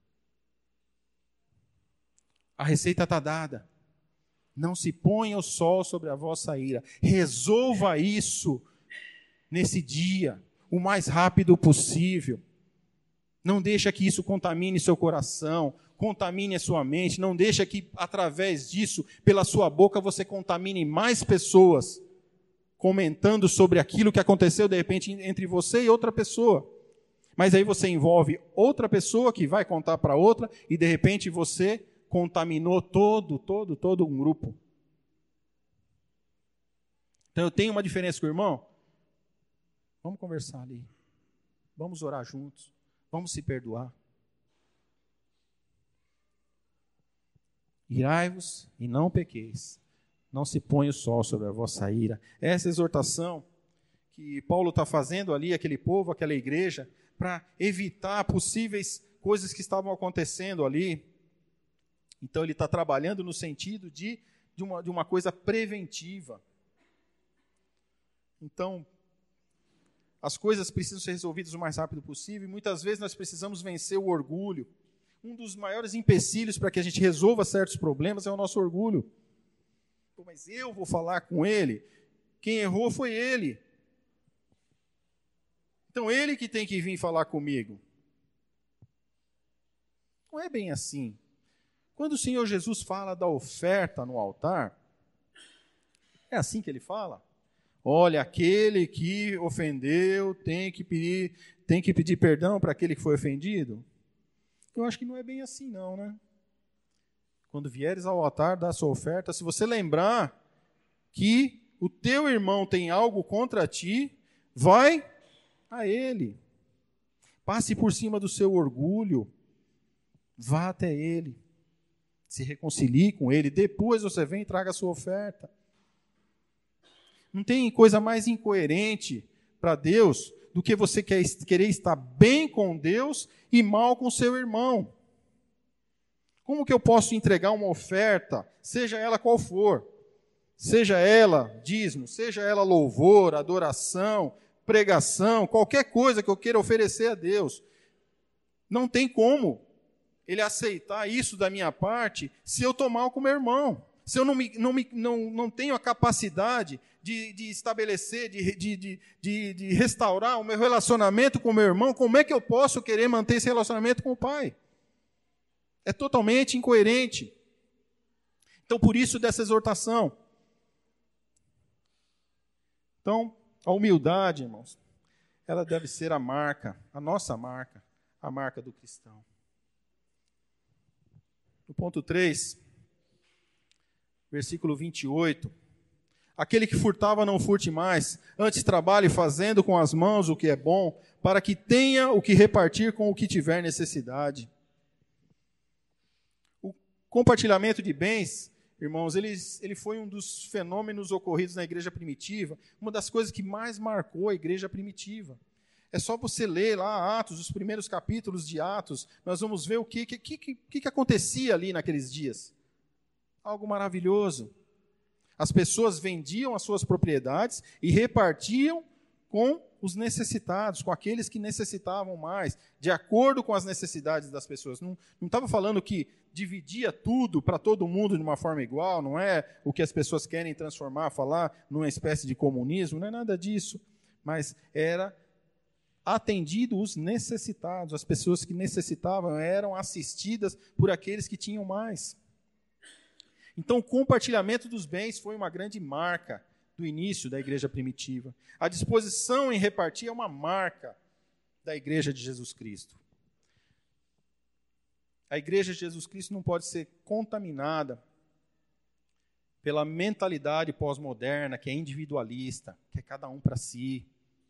A receita está dada. Não se ponha o sol sobre a vossa ira. Resolva isso nesse dia, o mais rápido possível. Não deixa que isso contamine seu coração, contamine a sua mente. Não deixa que, através disso, pela sua boca, você contamine mais pessoas, comentando sobre aquilo que aconteceu, de repente, entre você e outra pessoa. Mas aí você envolve outra pessoa que vai contar para outra e, de repente, você contaminou todo um grupo. Então, eu tenho uma diferença com o irmão. Vamos conversar ali. Vamos orar juntos. Vamos se perdoar. Irai-vos e não pequeis. Não se ponha o sol sobre a vossa ira. Essa exortação que Paulo está fazendo ali, aquele povo, aquela igreja, para evitar possíveis coisas que estavam acontecendo ali. Então, ele está trabalhando no sentido de uma coisa preventiva. Então, as coisas precisam ser resolvidas o mais rápido possível, e muitas vezes nós precisamos vencer o orgulho. Um dos maiores empecilhos para que a gente resolva certos problemas é o nosso orgulho. Pô, mas eu vou falar com ele? Quem errou foi ele. Então, ele que tem que vir falar comigo. Não é bem assim. Quando o Senhor Jesus fala da oferta no altar, é assim que ele fala? Olha, aquele que ofendeu tem que pedir perdão para aquele que foi ofendido? Eu acho que não é bem assim não, né? Quando vieres ao altar, dá a sua oferta, se você lembrar que o teu irmão tem algo contra ti, vai a ele. Passe por cima do seu orgulho, vá até ele. Se reconcilie com ele, depois você vem e traga a sua oferta. Não tem coisa mais incoerente para Deus do que você querer estar bem com Deus e mal com seu irmão. Como que eu posso entregar uma oferta, seja ela qual for, seja ela dízimo, seja ela louvor, adoração, pregação, qualquer coisa que eu queira oferecer a Deus, não tem como ele aceitar isso da minha parte se eu estou mal com meu irmão. Se eu não tenho a capacidade de estabelecer, de restaurar o meu relacionamento com o meu irmão, como é que eu posso querer manter esse relacionamento com o Pai? É totalmente incoerente. Então, por isso dessa exortação. Então, a humildade, irmãos, ela deve ser a marca, a nossa marca, a marca do cristão. No ponto 3, versículo 28. Aquele que furtava não furte mais, antes trabalhe fazendo com as mãos o que é bom, para que tenha o que repartir com o que tiver necessidade. O compartilhamento de bens, irmãos, ele foi um dos fenômenos ocorridos na igreja primitiva, uma das coisas que mais marcou a igreja primitiva. É só você ler lá Atos, os primeiros capítulos de Atos, nós vamos ver o que acontecia ali naqueles dias. Algo maravilhoso. As pessoas vendiam as suas propriedades e repartiam com os necessitados, com aqueles que necessitavam mais, de acordo com as necessidades das pessoas. Não estava falando que dividia tudo para todo mundo de uma forma igual, não é o que as pessoas querem transformar, falar numa espécie de comunismo, não é nada disso. Mas era atendido os necessitados, as pessoas que necessitavam eram assistidas por aqueles que tinham mais. Então, o compartilhamento dos bens foi uma grande marca do início da igreja primitiva. A disposição em repartir é uma marca da igreja de Jesus Cristo. A igreja de Jesus Cristo não pode ser contaminada pela mentalidade pós-moderna, que é individualista, que é cada um para si.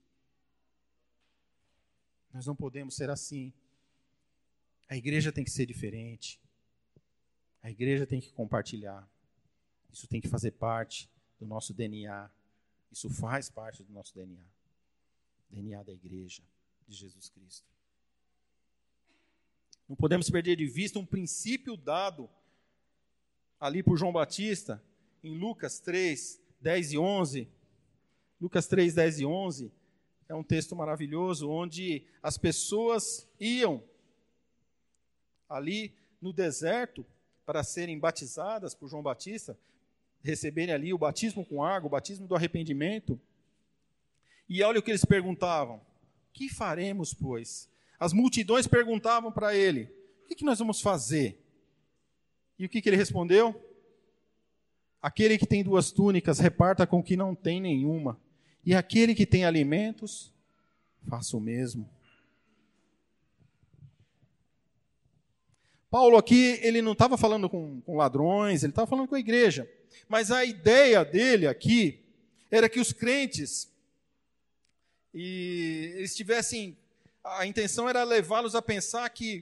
Nós não podemos ser assim. A igreja tem que ser diferente. A igreja tem que compartilhar. Isso tem que fazer parte do nosso DNA. Isso faz parte do nosso DNA. DNA da igreja de Jesus Cristo. Não podemos perder de vista um princípio dado ali por João Batista em Lucas 3, 10 e 11. Lucas 3, 10 e 11 é um texto maravilhoso, onde as pessoas iam ali no deserto para serem batizadas por João Batista, receberem ali o batismo com água, o batismo do arrependimento. E olha o que eles perguntavam: que faremos, pois? As multidões perguntavam para ele: o que nós vamos fazer? E o que ele respondeu? Aquele que tem 2 túnicas, reparta com o que não tem nenhuma. E aquele que tem alimentos, faça o mesmo. Paulo aqui, ele não estava falando com ladrões, ele estava falando com a igreja. Mas a ideia dele aqui era que os crentes, eles tivessem, a intenção era levá-los a pensar que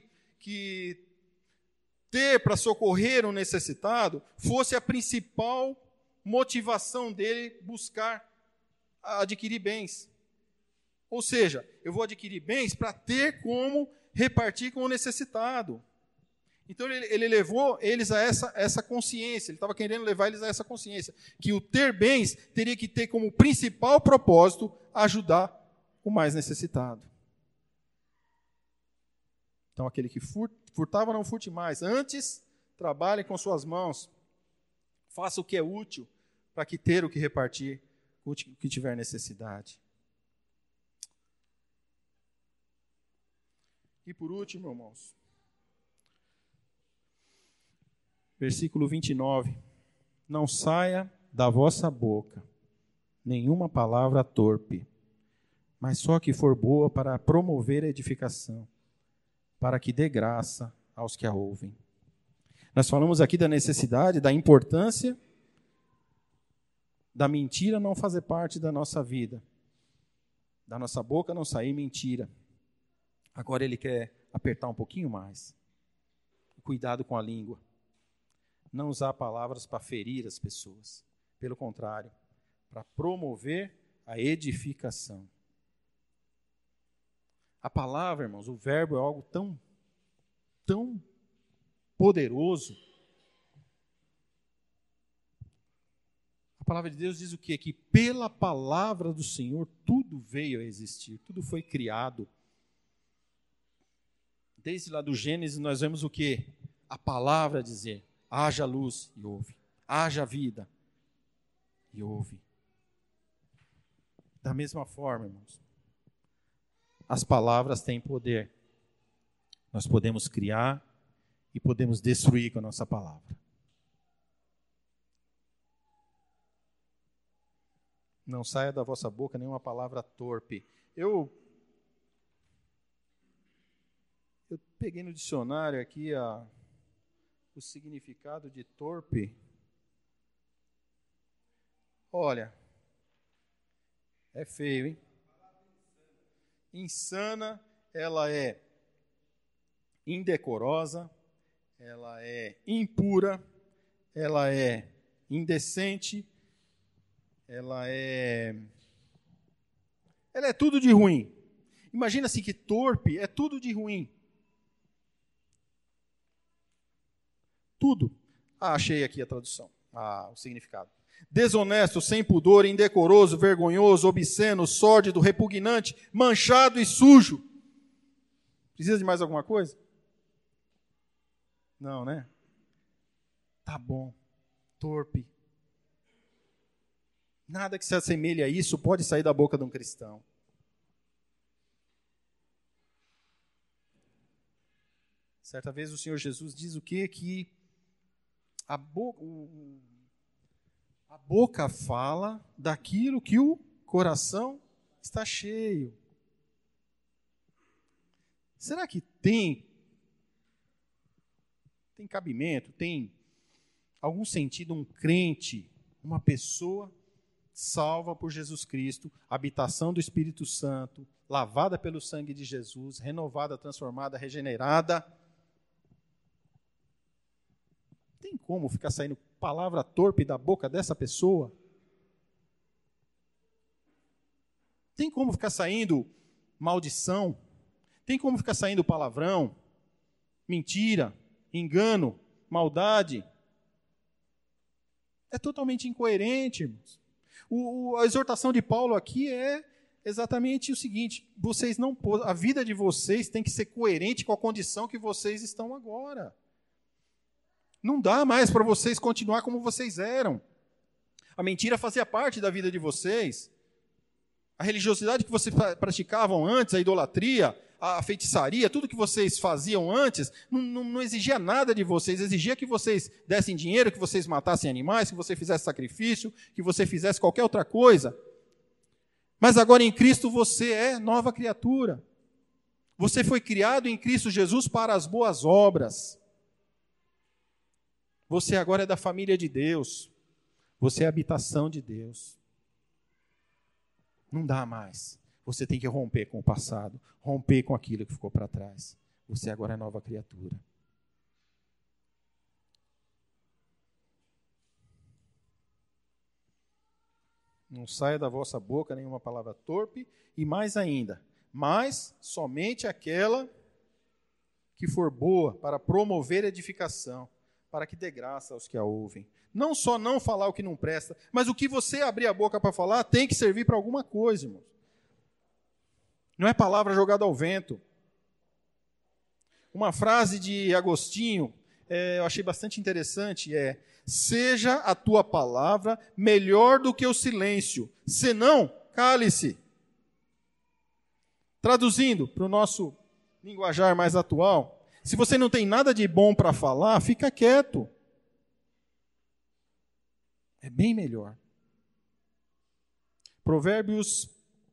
ter para socorrer um necessitado fosse a principal motivação dele buscar adquirir bens. Ou seja, eu vou adquirir bens para ter como repartir com o necessitado. Então ele levou eles a essa consciência, ele estava querendo levar eles a essa consciência, que o ter bens teria que ter como principal propósito ajudar o mais necessitado. Então aquele que furtava, não furte mais. Antes, trabalhe com suas mãos, faça o que é útil, para que ter o que repartir, o que tiver necessidade. E por último, irmãos, versículo 29. Não saia da vossa boca nenhuma palavra torpe, mas só que for boa para promover a edificação, para que dê graça aos que a ouvem. Nós falamos aqui da necessidade, da importância da mentira não fazer parte da nossa vida, da nossa boca não sair mentira. Agora ele quer apertar um pouquinho mais. Cuidado com a língua. Não usar palavras para ferir as pessoas. Pelo contrário, para promover a edificação. A palavra, irmãos, o verbo é algo tão poderoso. A palavra de Deus diz o quê? Que pela palavra do Senhor tudo veio a existir, tudo foi criado. Desde lá do Gênesis nós vemos o quê? A palavra dizer: haja luz, e houve. Haja vida, e houve. Da mesma forma, irmãos, as palavras têm poder. Nós podemos criar e podemos destruir com a nossa palavra. Não saia da vossa boca nenhuma palavra torpe. Eu peguei no dicionário aqui o significado de torpe. Olha, é feio, hein? Insana, ela é indecorosa, ela é impura, ela é indecente, ela é tudo de ruim. Imagina assim que torpe é tudo de ruim. Tudo. Achei aqui a tradução, o significado. Desonesto, sem pudor, indecoroso, vergonhoso, obsceno, sórdido, repugnante, manchado e sujo. Precisa de mais alguma coisa? Não, né? Tá bom. Torpe. Nada que se assemelhe a isso pode sair da boca de um cristão. Certa vez o Senhor Jesus diz o quê? Que a boca fala daquilo que o coração está cheio. Será que tem cabimento, tem algum sentido um crente, uma pessoa salva por Jesus Cristo, habitação do Espírito Santo, lavada pelo sangue de Jesus, renovada, transformada, regenerada? Tem como ficar saindo palavra torpe da boca dessa pessoa? Tem como ficar saindo maldição? Tem como ficar saindo palavrão, mentira, engano, maldade? É totalmente incoerente, irmãos. A exortação de Paulo aqui é exatamente o seguinte: a vida de vocês tem que ser coerente com a condição que vocês estão agora. Não dá mais para vocês continuar como vocês eram. A mentira fazia parte da vida de vocês. A religiosidade que vocês praticavam antes, a idolatria, a feitiçaria, tudo que vocês faziam antes, não exigia nada de vocês. Exigia que vocês dessem dinheiro, que vocês matassem animais, que você fizesse sacrifício, que você fizesse qualquer outra coisa. Mas agora em Cristo você é nova criatura. Você foi criado em Cristo Jesus para as boas obras. Você agora é da família de Deus. Você é a habitação de Deus. Não dá mais. Você tem que romper com o passado, romper com aquilo que ficou para trás. Você agora é nova criatura. Não saia da vossa boca nenhuma palavra torpe, e mais ainda, mas somente aquela que for boa para promover edificação, para que dê graça aos que a ouvem. Não só não falar o que não presta, mas o que você abrir a boca para falar tem que servir para alguma coisa, irmãos. Não é palavra jogada ao vento. Uma frase de Agostinho, eu achei bastante interessante, seja a tua palavra melhor do que o silêncio, senão, cale-se. Traduzindo para o nosso linguajar mais atual, se você não tem nada de bom para falar, fica quieto. É bem melhor. Provérbios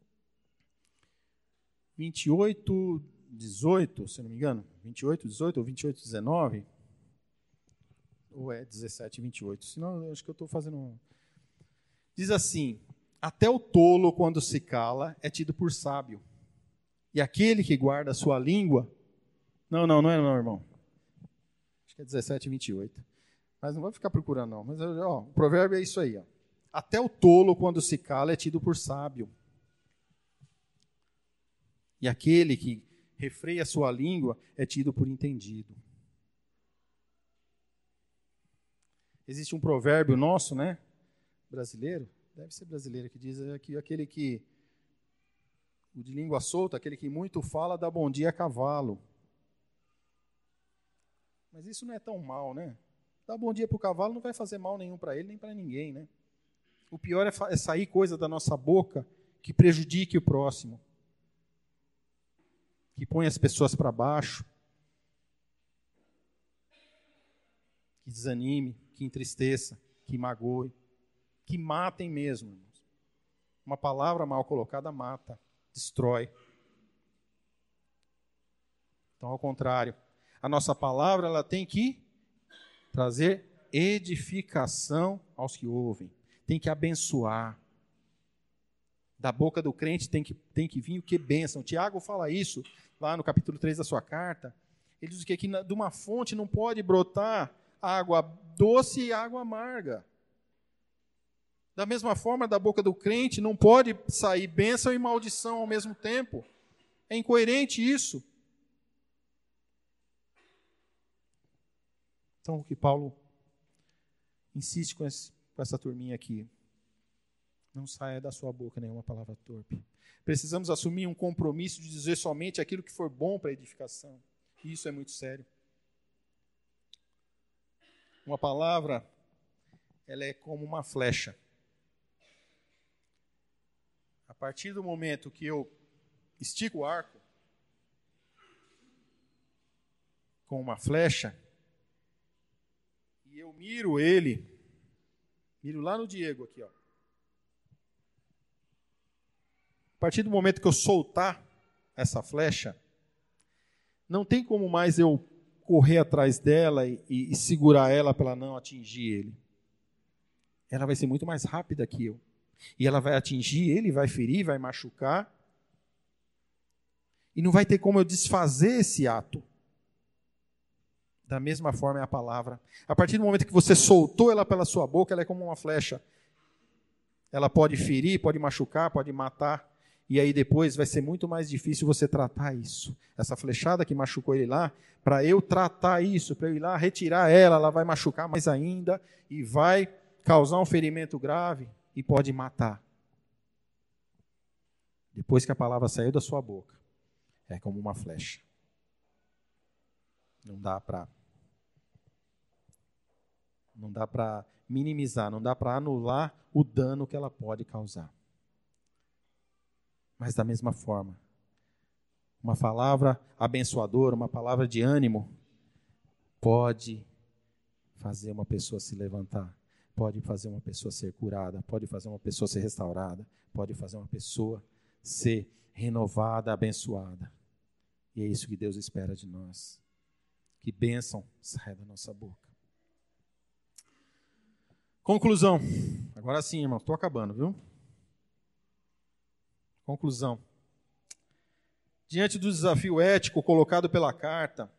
28, 18, se não me engano. 28, 18 ou 28, 19. Ou é 17, 28. Senão, eu acho que eu estou fazendo... Diz assim: até o tolo, quando se cala, é tido por sábio. E aquele que guarda a sua língua... Não, irmão. Acho que é 17, 28. Mas não vai ficar procurando, não. Mas o provérbio é isso aí. Ó. Até o tolo, quando se cala, é tido por sábio. E aquele que refreia a sua língua é tido por entendido. Existe um provérbio nosso, né? Brasileiro. Deve ser brasileiro, que diz que aquele que... O de língua solta, aquele que muito fala, dá bom dia a cavalo. Mas isso não é tão mal, né? Dar bom dia para o cavalo não vai fazer mal nenhum para ele, nem para ninguém, né? O pior é sair coisa da nossa boca que prejudique o próximo, que põe as pessoas para baixo, que desanime, que entristeça, que magoe, que matem mesmo. Irmãos. Uma palavra mal colocada mata, destrói. Então, ao contrário, a nossa palavra ela tem que trazer edificação aos que ouvem. Tem que abençoar. Da boca do crente tem que vir o que bênção. Tiago fala isso lá no capítulo 3 da sua carta. Ele diz que aqui de uma fonte não pode brotar água doce e água amarga. Da mesma forma, da boca do crente não pode sair bênção e maldição ao mesmo tempo. É incoerente isso. Então, o que Paulo insiste com essa turminha aqui. Não saia da sua boca nenhuma palavra torpe. Precisamos assumir um compromisso de dizer somente aquilo que for bom para a edificação. E isso é muito sério. Uma palavra, ela é como uma flecha. A partir do momento que eu estico o arco com uma flecha, e eu miro lá no Diego aqui, ó. A partir do momento que eu soltar essa flecha, não tem como mais eu correr atrás dela e segurar ela para ela não atingir ele. Ela vai ser muito mais rápida que eu. E ela vai atingir ele, vai ferir, vai machucar. E não vai ter como eu desfazer esse ato. Da mesma forma é a palavra. A partir do momento que você soltou ela pela sua boca, ela é como uma flecha. Ela pode ferir, pode machucar, pode matar. E aí depois vai ser muito mais difícil você tratar isso. Essa flechada que machucou ele lá, para eu tratar isso, para eu ir lá retirar ela vai machucar mais ainda e vai causar um ferimento grave e pode matar. Depois que a palavra saiu da sua boca, é como uma flecha. Não dá para minimizar, não dá para anular o dano que ela pode causar. Mas da mesma forma, uma palavra abençoadora, uma palavra de ânimo, pode fazer uma pessoa se levantar, pode fazer uma pessoa ser curada, pode fazer uma pessoa ser restaurada, pode fazer uma pessoa ser renovada, abençoada. E é isso que Deus espera de nós. Que bênção saia da nossa boca. Conclusão. Agora sim, irmão, estou acabando, viu? Conclusão. Diante do desafio ético colocado pela carta,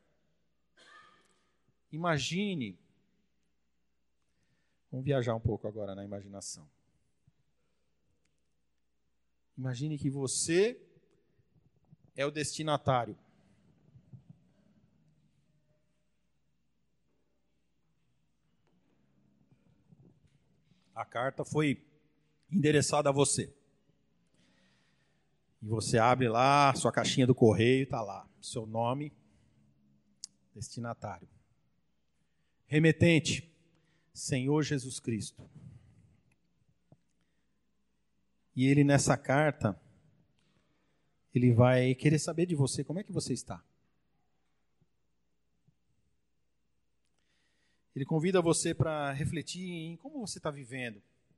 imagine, vamos viajar um pouco agora na imaginação. Imagine que você é o destinatário. A carta foi endereçada a você. E você abre lá, sua caixinha do correio, está lá, seu nome, destinatário. Remetente, Senhor Jesus Cristo. E ele nessa carta, ele vai querer saber de você, como é que você está? Ele convida você para refletir em como você está vivendo.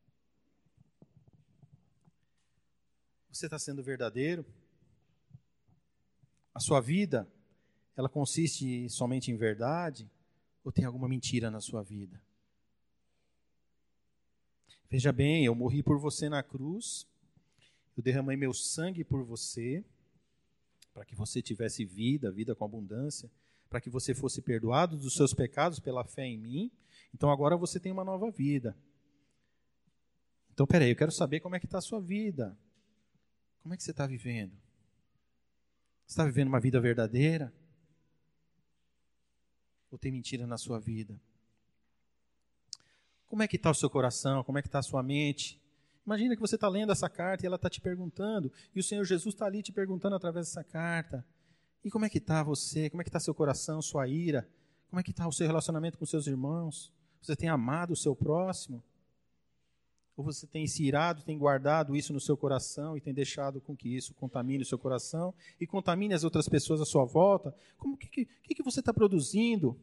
Você está sendo verdadeiro? A sua vida, ela consiste somente em verdade? Ou tem alguma mentira na sua vida? Veja bem, eu morri por você na cruz, eu derramei meu sangue por você, para que você tivesse vida, vida com abundância, para que você fosse perdoado dos seus pecados pela fé em mim. Então agora você tem uma nova vida. Então, peraí, eu quero saber como é que está a sua vida. Como é que você está vivendo? Você está vivendo uma vida verdadeira? Ou tem mentira na sua vida? Como é que está o seu coração? Como é que está a sua mente? Imagina que você está lendo essa carta e ela está te perguntando, e o Senhor Jesus está ali te perguntando através dessa carta. E como é que está você? Como é que está seu coração, sua ira? Como é que está o seu relacionamento com seus irmãos? Você tem amado o seu próximo? Ou você tem se irado, tem guardado isso no seu coração e tem deixado com que isso contamine o seu coração e contamine as outras pessoas à sua volta? O que você está produzindo?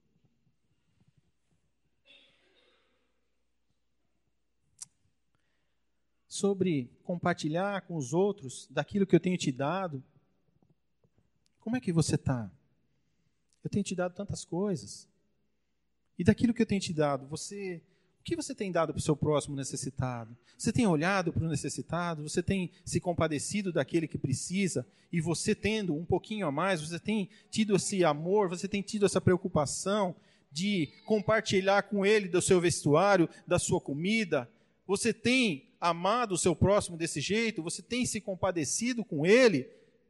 Sobre compartilhar com os outros daquilo que eu tenho te dado. Como é que você está? Eu tenho te dado tantas coisas. E daquilo que eu tenho te dado, o que você tem dado para o seu próximo necessitado? Você tem olhado para o necessitado? Você tem se compadecido daquele que precisa? E você tendo um pouquinho a mais, você tem tido esse amor, você tem tido essa preocupação de compartilhar com ele do seu vestuário, da sua comida? Você tem amado o seu próximo desse jeito? Você tem se compadecido com ele?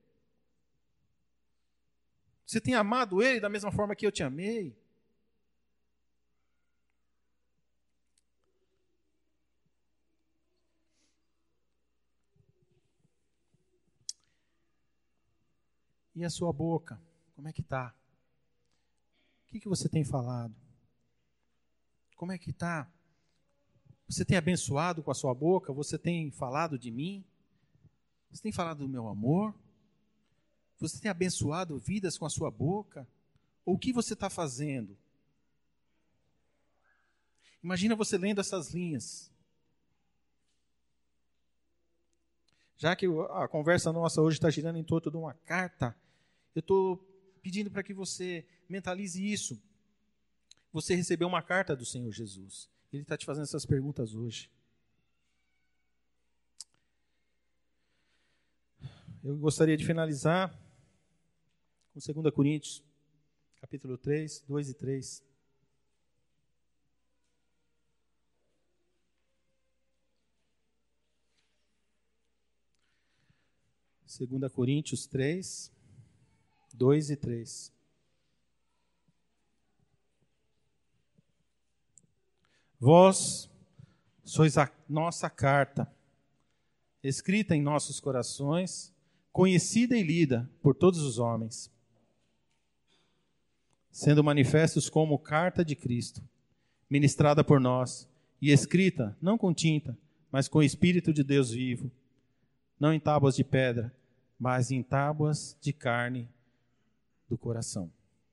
Você tem amado ele da mesma forma que eu te amei? E a sua boca, como é que está? O que você tem falado? Como é que está? Você tem abençoado com a sua boca? Você tem falado de mim? Você tem falado do meu amor? Você tem abençoado vidas com a sua boca? Ou o que você está fazendo? Imagina você lendo essas linhas. Já que a conversa nossa hoje está girando em torno de uma carta, eu estou pedindo para que você mentalize isso. Você recebeu uma carta do Senhor Jesus. Ele está te fazendo essas perguntas hoje. Eu gostaria de finalizar com 2 Coríntios, capítulo 3, 2 e 3. Segunda Coríntios 3, 2 e 3. Vós, sois a nossa carta, escrita em nossos corações, conhecida e lida por todos os homens, sendo manifestos como carta de Cristo, ministrada por nós e escrita, não com tinta, mas com o Espírito de Deus vivo, não em tábuas de pedra, mas em tábuas de carne do coração.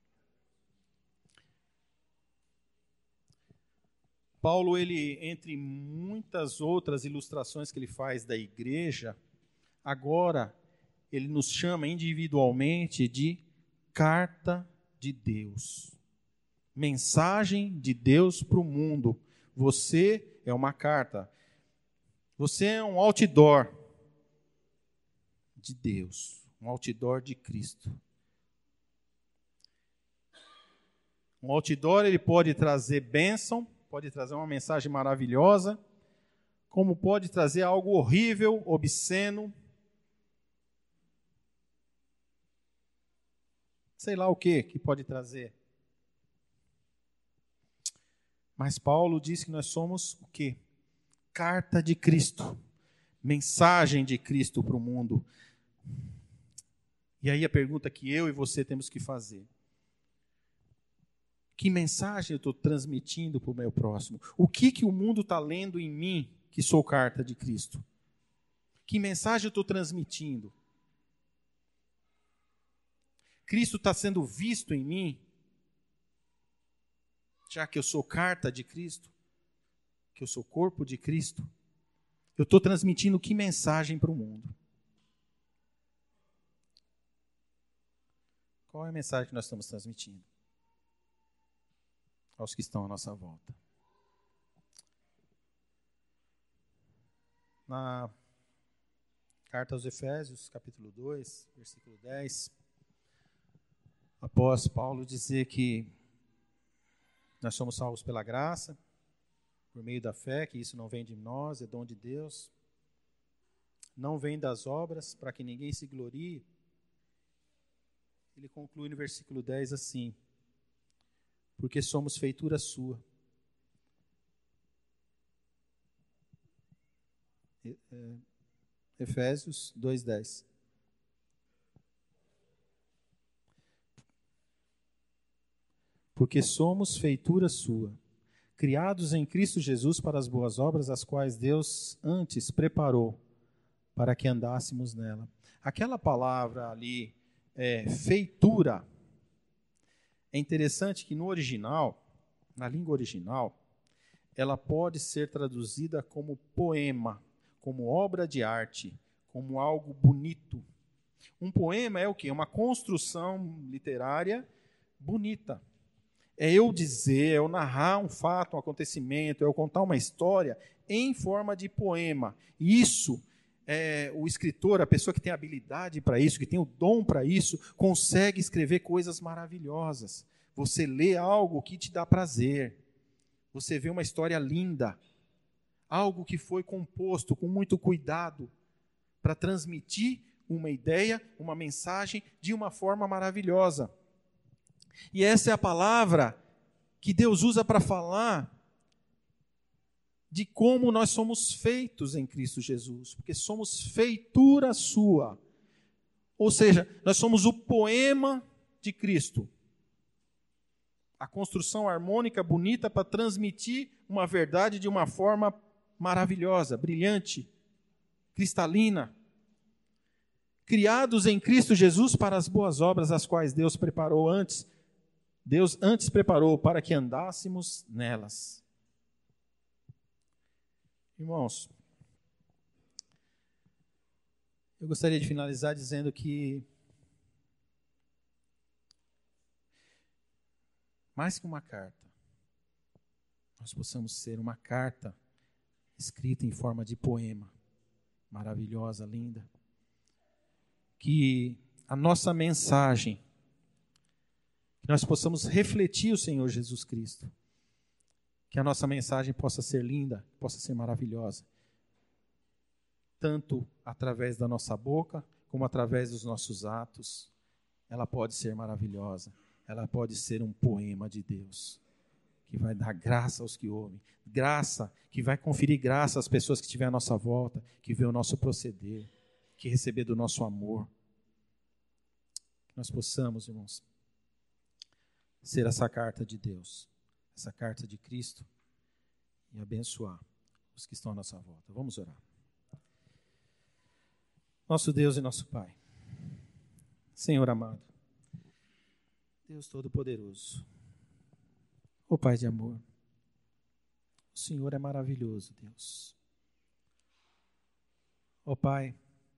Paulo, ele, entre muitas outras ilustrações que ele faz da igreja, agora ele nos chama individualmente de carta de Deus. Mensagem de Deus para o mundo. Você é uma carta. Você é um outdoor de Deus, um outdoor de Cristo. Um outdoor, ele pode trazer bênção, pode trazer uma mensagem maravilhosa, como pode trazer algo horrível, obsceno, sei lá o que pode trazer. Mas Paulo diz que nós somos o quê? Carta de Cristo, mensagem de Cristo para o mundo. E aí a pergunta que eu e você temos que fazer: que mensagem eu estou transmitindo para o meu próximo? O que o mundo está lendo em mim, que sou carta de Cristo? Que mensagem eu estou transmitindo? Cristo está sendo visto em mim, já que eu sou carta de Cristo, que eu sou corpo de Cristo? Eu estou transmitindo que mensagem para o mundo? Qual é a mensagem que nós estamos transmitindo aos que estão à nossa volta? Na carta aos Efésios, capítulo 2, versículo 10, após Paulo dizer que nós somos salvos pela graça, por meio da fé, que isso não vem de nós, é dom de Deus, não vem das obras, para que ninguém se glorie. Ele conclui no versículo 10 assim: porque somos feitura sua. Efésios 2:10. Porque somos feitura sua, criados em Cristo Jesus para as boas obras, as quais Deus antes preparou para que andássemos nela. Aquela palavra ali, feitura, é interessante que no original, na língua original, ela pode ser traduzida como poema, como obra de arte, como algo bonito. Um poema é o quê? Uma construção literária bonita. É eu dizer, é eu narrar um fato, um acontecimento, é eu contar uma história em forma de poema. Isso, o escritor, a pessoa que tem habilidade para isso, que tem o dom para isso, consegue escrever coisas maravilhosas. Você lê algo que te dá prazer. Você vê uma história linda. Algo que foi composto com muito cuidado para transmitir uma ideia, uma mensagem de uma forma maravilhosa. E essa é a palavra que Deus usa para falar de como nós somos feitos em Cristo Jesus, porque somos feitura sua. Ou seja, nós somos o poema de Cristo. A construção harmônica, bonita, para transmitir uma verdade de uma forma maravilhosa, brilhante, cristalina. Criados em Cristo Jesus para as boas obras, as quais Deus antes preparou para que andássemos nelas. Irmãos, eu gostaria de finalizar dizendo que, mais que uma carta, nós possamos ser uma carta escrita em forma de poema, maravilhosa, linda. Que a nossa mensagem, que nós possamos refletir o Senhor Jesus Cristo. Que a nossa mensagem possa ser linda, possa ser maravilhosa. Tanto através da nossa boca, como através dos nossos atos. Ela pode ser maravilhosa. Ela pode ser um poema de Deus. que vai dar graça aos que ouvem, graça, que vai conferir graça às pessoas que estiverem à nossa volta, que vê o nosso proceder, que receber do nosso amor. Que nós possamos, irmãos, ser essa carta de Deus, essa carta de Cristo, e abençoar os que estão à nossa volta. Vamos orar. Nosso Deus e nosso Pai, Senhor amado, Deus Todo-Poderoso, ó Pai de amor, o Senhor é maravilhoso, Deus. Ó Pai,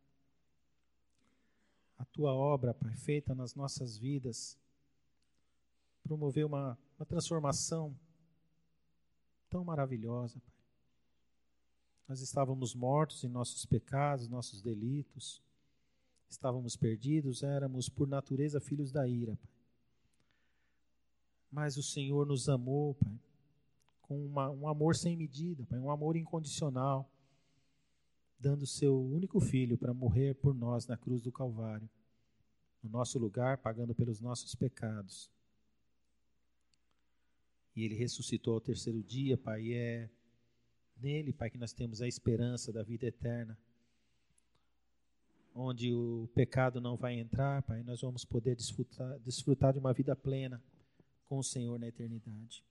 a Tua obra, Pai, feita nas nossas vidas, promoveu uma transformação tão maravilhosa, Pai. Nós estávamos mortos em nossos pecados, nossos delitos, estávamos perdidos, éramos por natureza filhos da ira, Pai. Mas o Senhor nos amou, Pai, com um amor sem medida, Pai, um amor incondicional, dando seu único filho para morrer por nós na cruz do Calvário, no nosso lugar, pagando pelos nossos pecados. E Ele ressuscitou ao terceiro dia, Pai, e é nele, Pai, que nós temos a esperança da vida eterna, onde o pecado não vai entrar, Pai, nós vamos poder desfrutar de uma vida plena com o Senhor na eternidade.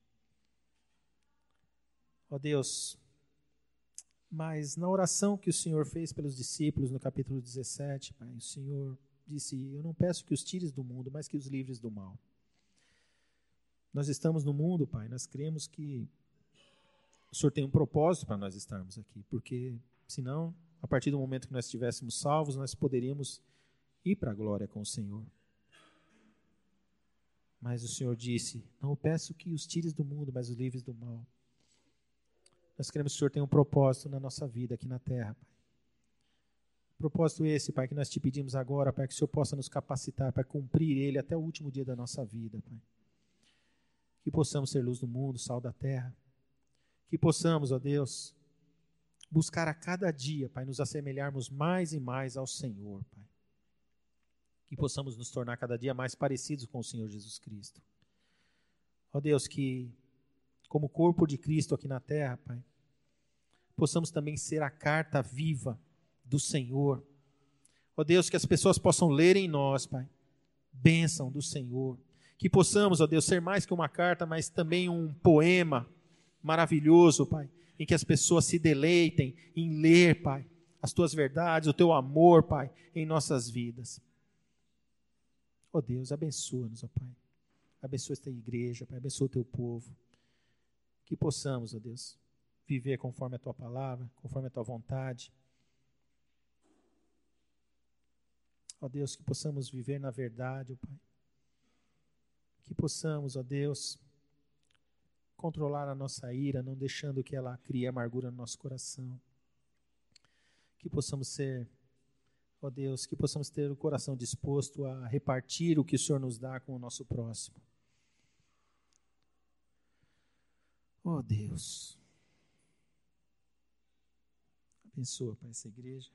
Ó Deus, mas na oração que o Senhor fez pelos discípulos no capítulo 17, Pai, o Senhor disse: eu não peço que os tires do mundo, mas que os livres do mal. Nós estamos no mundo, Pai, nós cremos que o Senhor tem um propósito para nós estarmos aqui, porque senão, a partir do momento que nós estivéssemos salvos, nós poderíamos ir para a glória com o Senhor. Mas o Senhor disse: não peço que os tires do mundo, mas os livres do mal. Nós queremos que o Senhor tenha um propósito na nossa vida aqui na terra, Pai. Propósito esse, Pai, que nós te pedimos agora, Pai, que o Senhor possa nos capacitar para cumprir ele até o último dia da nossa vida, Pai. Que possamos ser luz do mundo, sal da terra. Que possamos, ó Deus, buscar a cada dia, Pai, nos assemelharmos mais e mais ao Senhor, Pai. Que possamos nos tornar cada dia mais parecidos com o Senhor Jesus Cristo. Ó Deus, que como corpo de Cristo aqui na terra, Pai, possamos também ser a carta viva do Senhor. Ó Deus, que as pessoas possam ler em nós, Pai, bênção do Senhor. Que possamos, ó Deus, ser mais que uma carta, mas também um poema maravilhoso, Pai, em que as pessoas se deleitem em ler, Pai, as Tuas verdades, o Teu amor, Pai, em nossas vidas. Ó Deus, abençoa-nos, ó Pai. Abençoa esta igreja, Pai, abençoa o Teu povo. Que possamos, ó Deus, viver conforme a Tua palavra, conforme a Tua vontade. Ó Deus, que possamos viver na verdade, ó Pai. Que possamos, ó Deus, controlar a nossa ira, não deixando que ela crie amargura no nosso coração. Que possamos ser, ó Deus, que possamos ter o coração disposto a repartir o que o Senhor nos dá com o nosso próximo. Ó Deus, abençoa, Pai, essa igreja.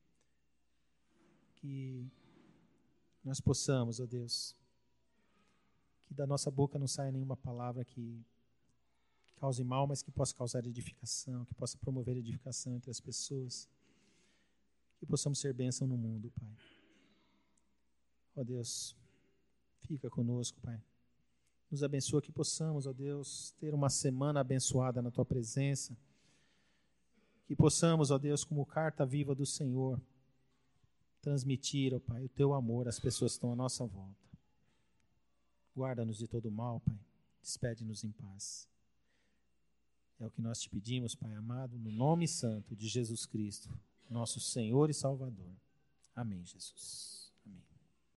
Que nós possamos, ó Deus, que da nossa boca não saia nenhuma palavra que cause mal, mas que possa causar edificação, que possa promover edificação entre as pessoas. Que possamos ser bênção no mundo, Pai. Ó Deus, fica conosco, Pai. Nos abençoa, que possamos, ó Deus, ter uma semana abençoada na Tua presença. Que possamos, ó Deus, como carta viva do Senhor, transmitir, ó Pai, o Teu amor às pessoas que estão à nossa volta. Guarda-nos de todo mal, Pai. Despede-nos em paz. É o que nós te pedimos, Pai amado, no nome santo de Jesus Cristo, nosso Senhor e Salvador. Amém, Jesus.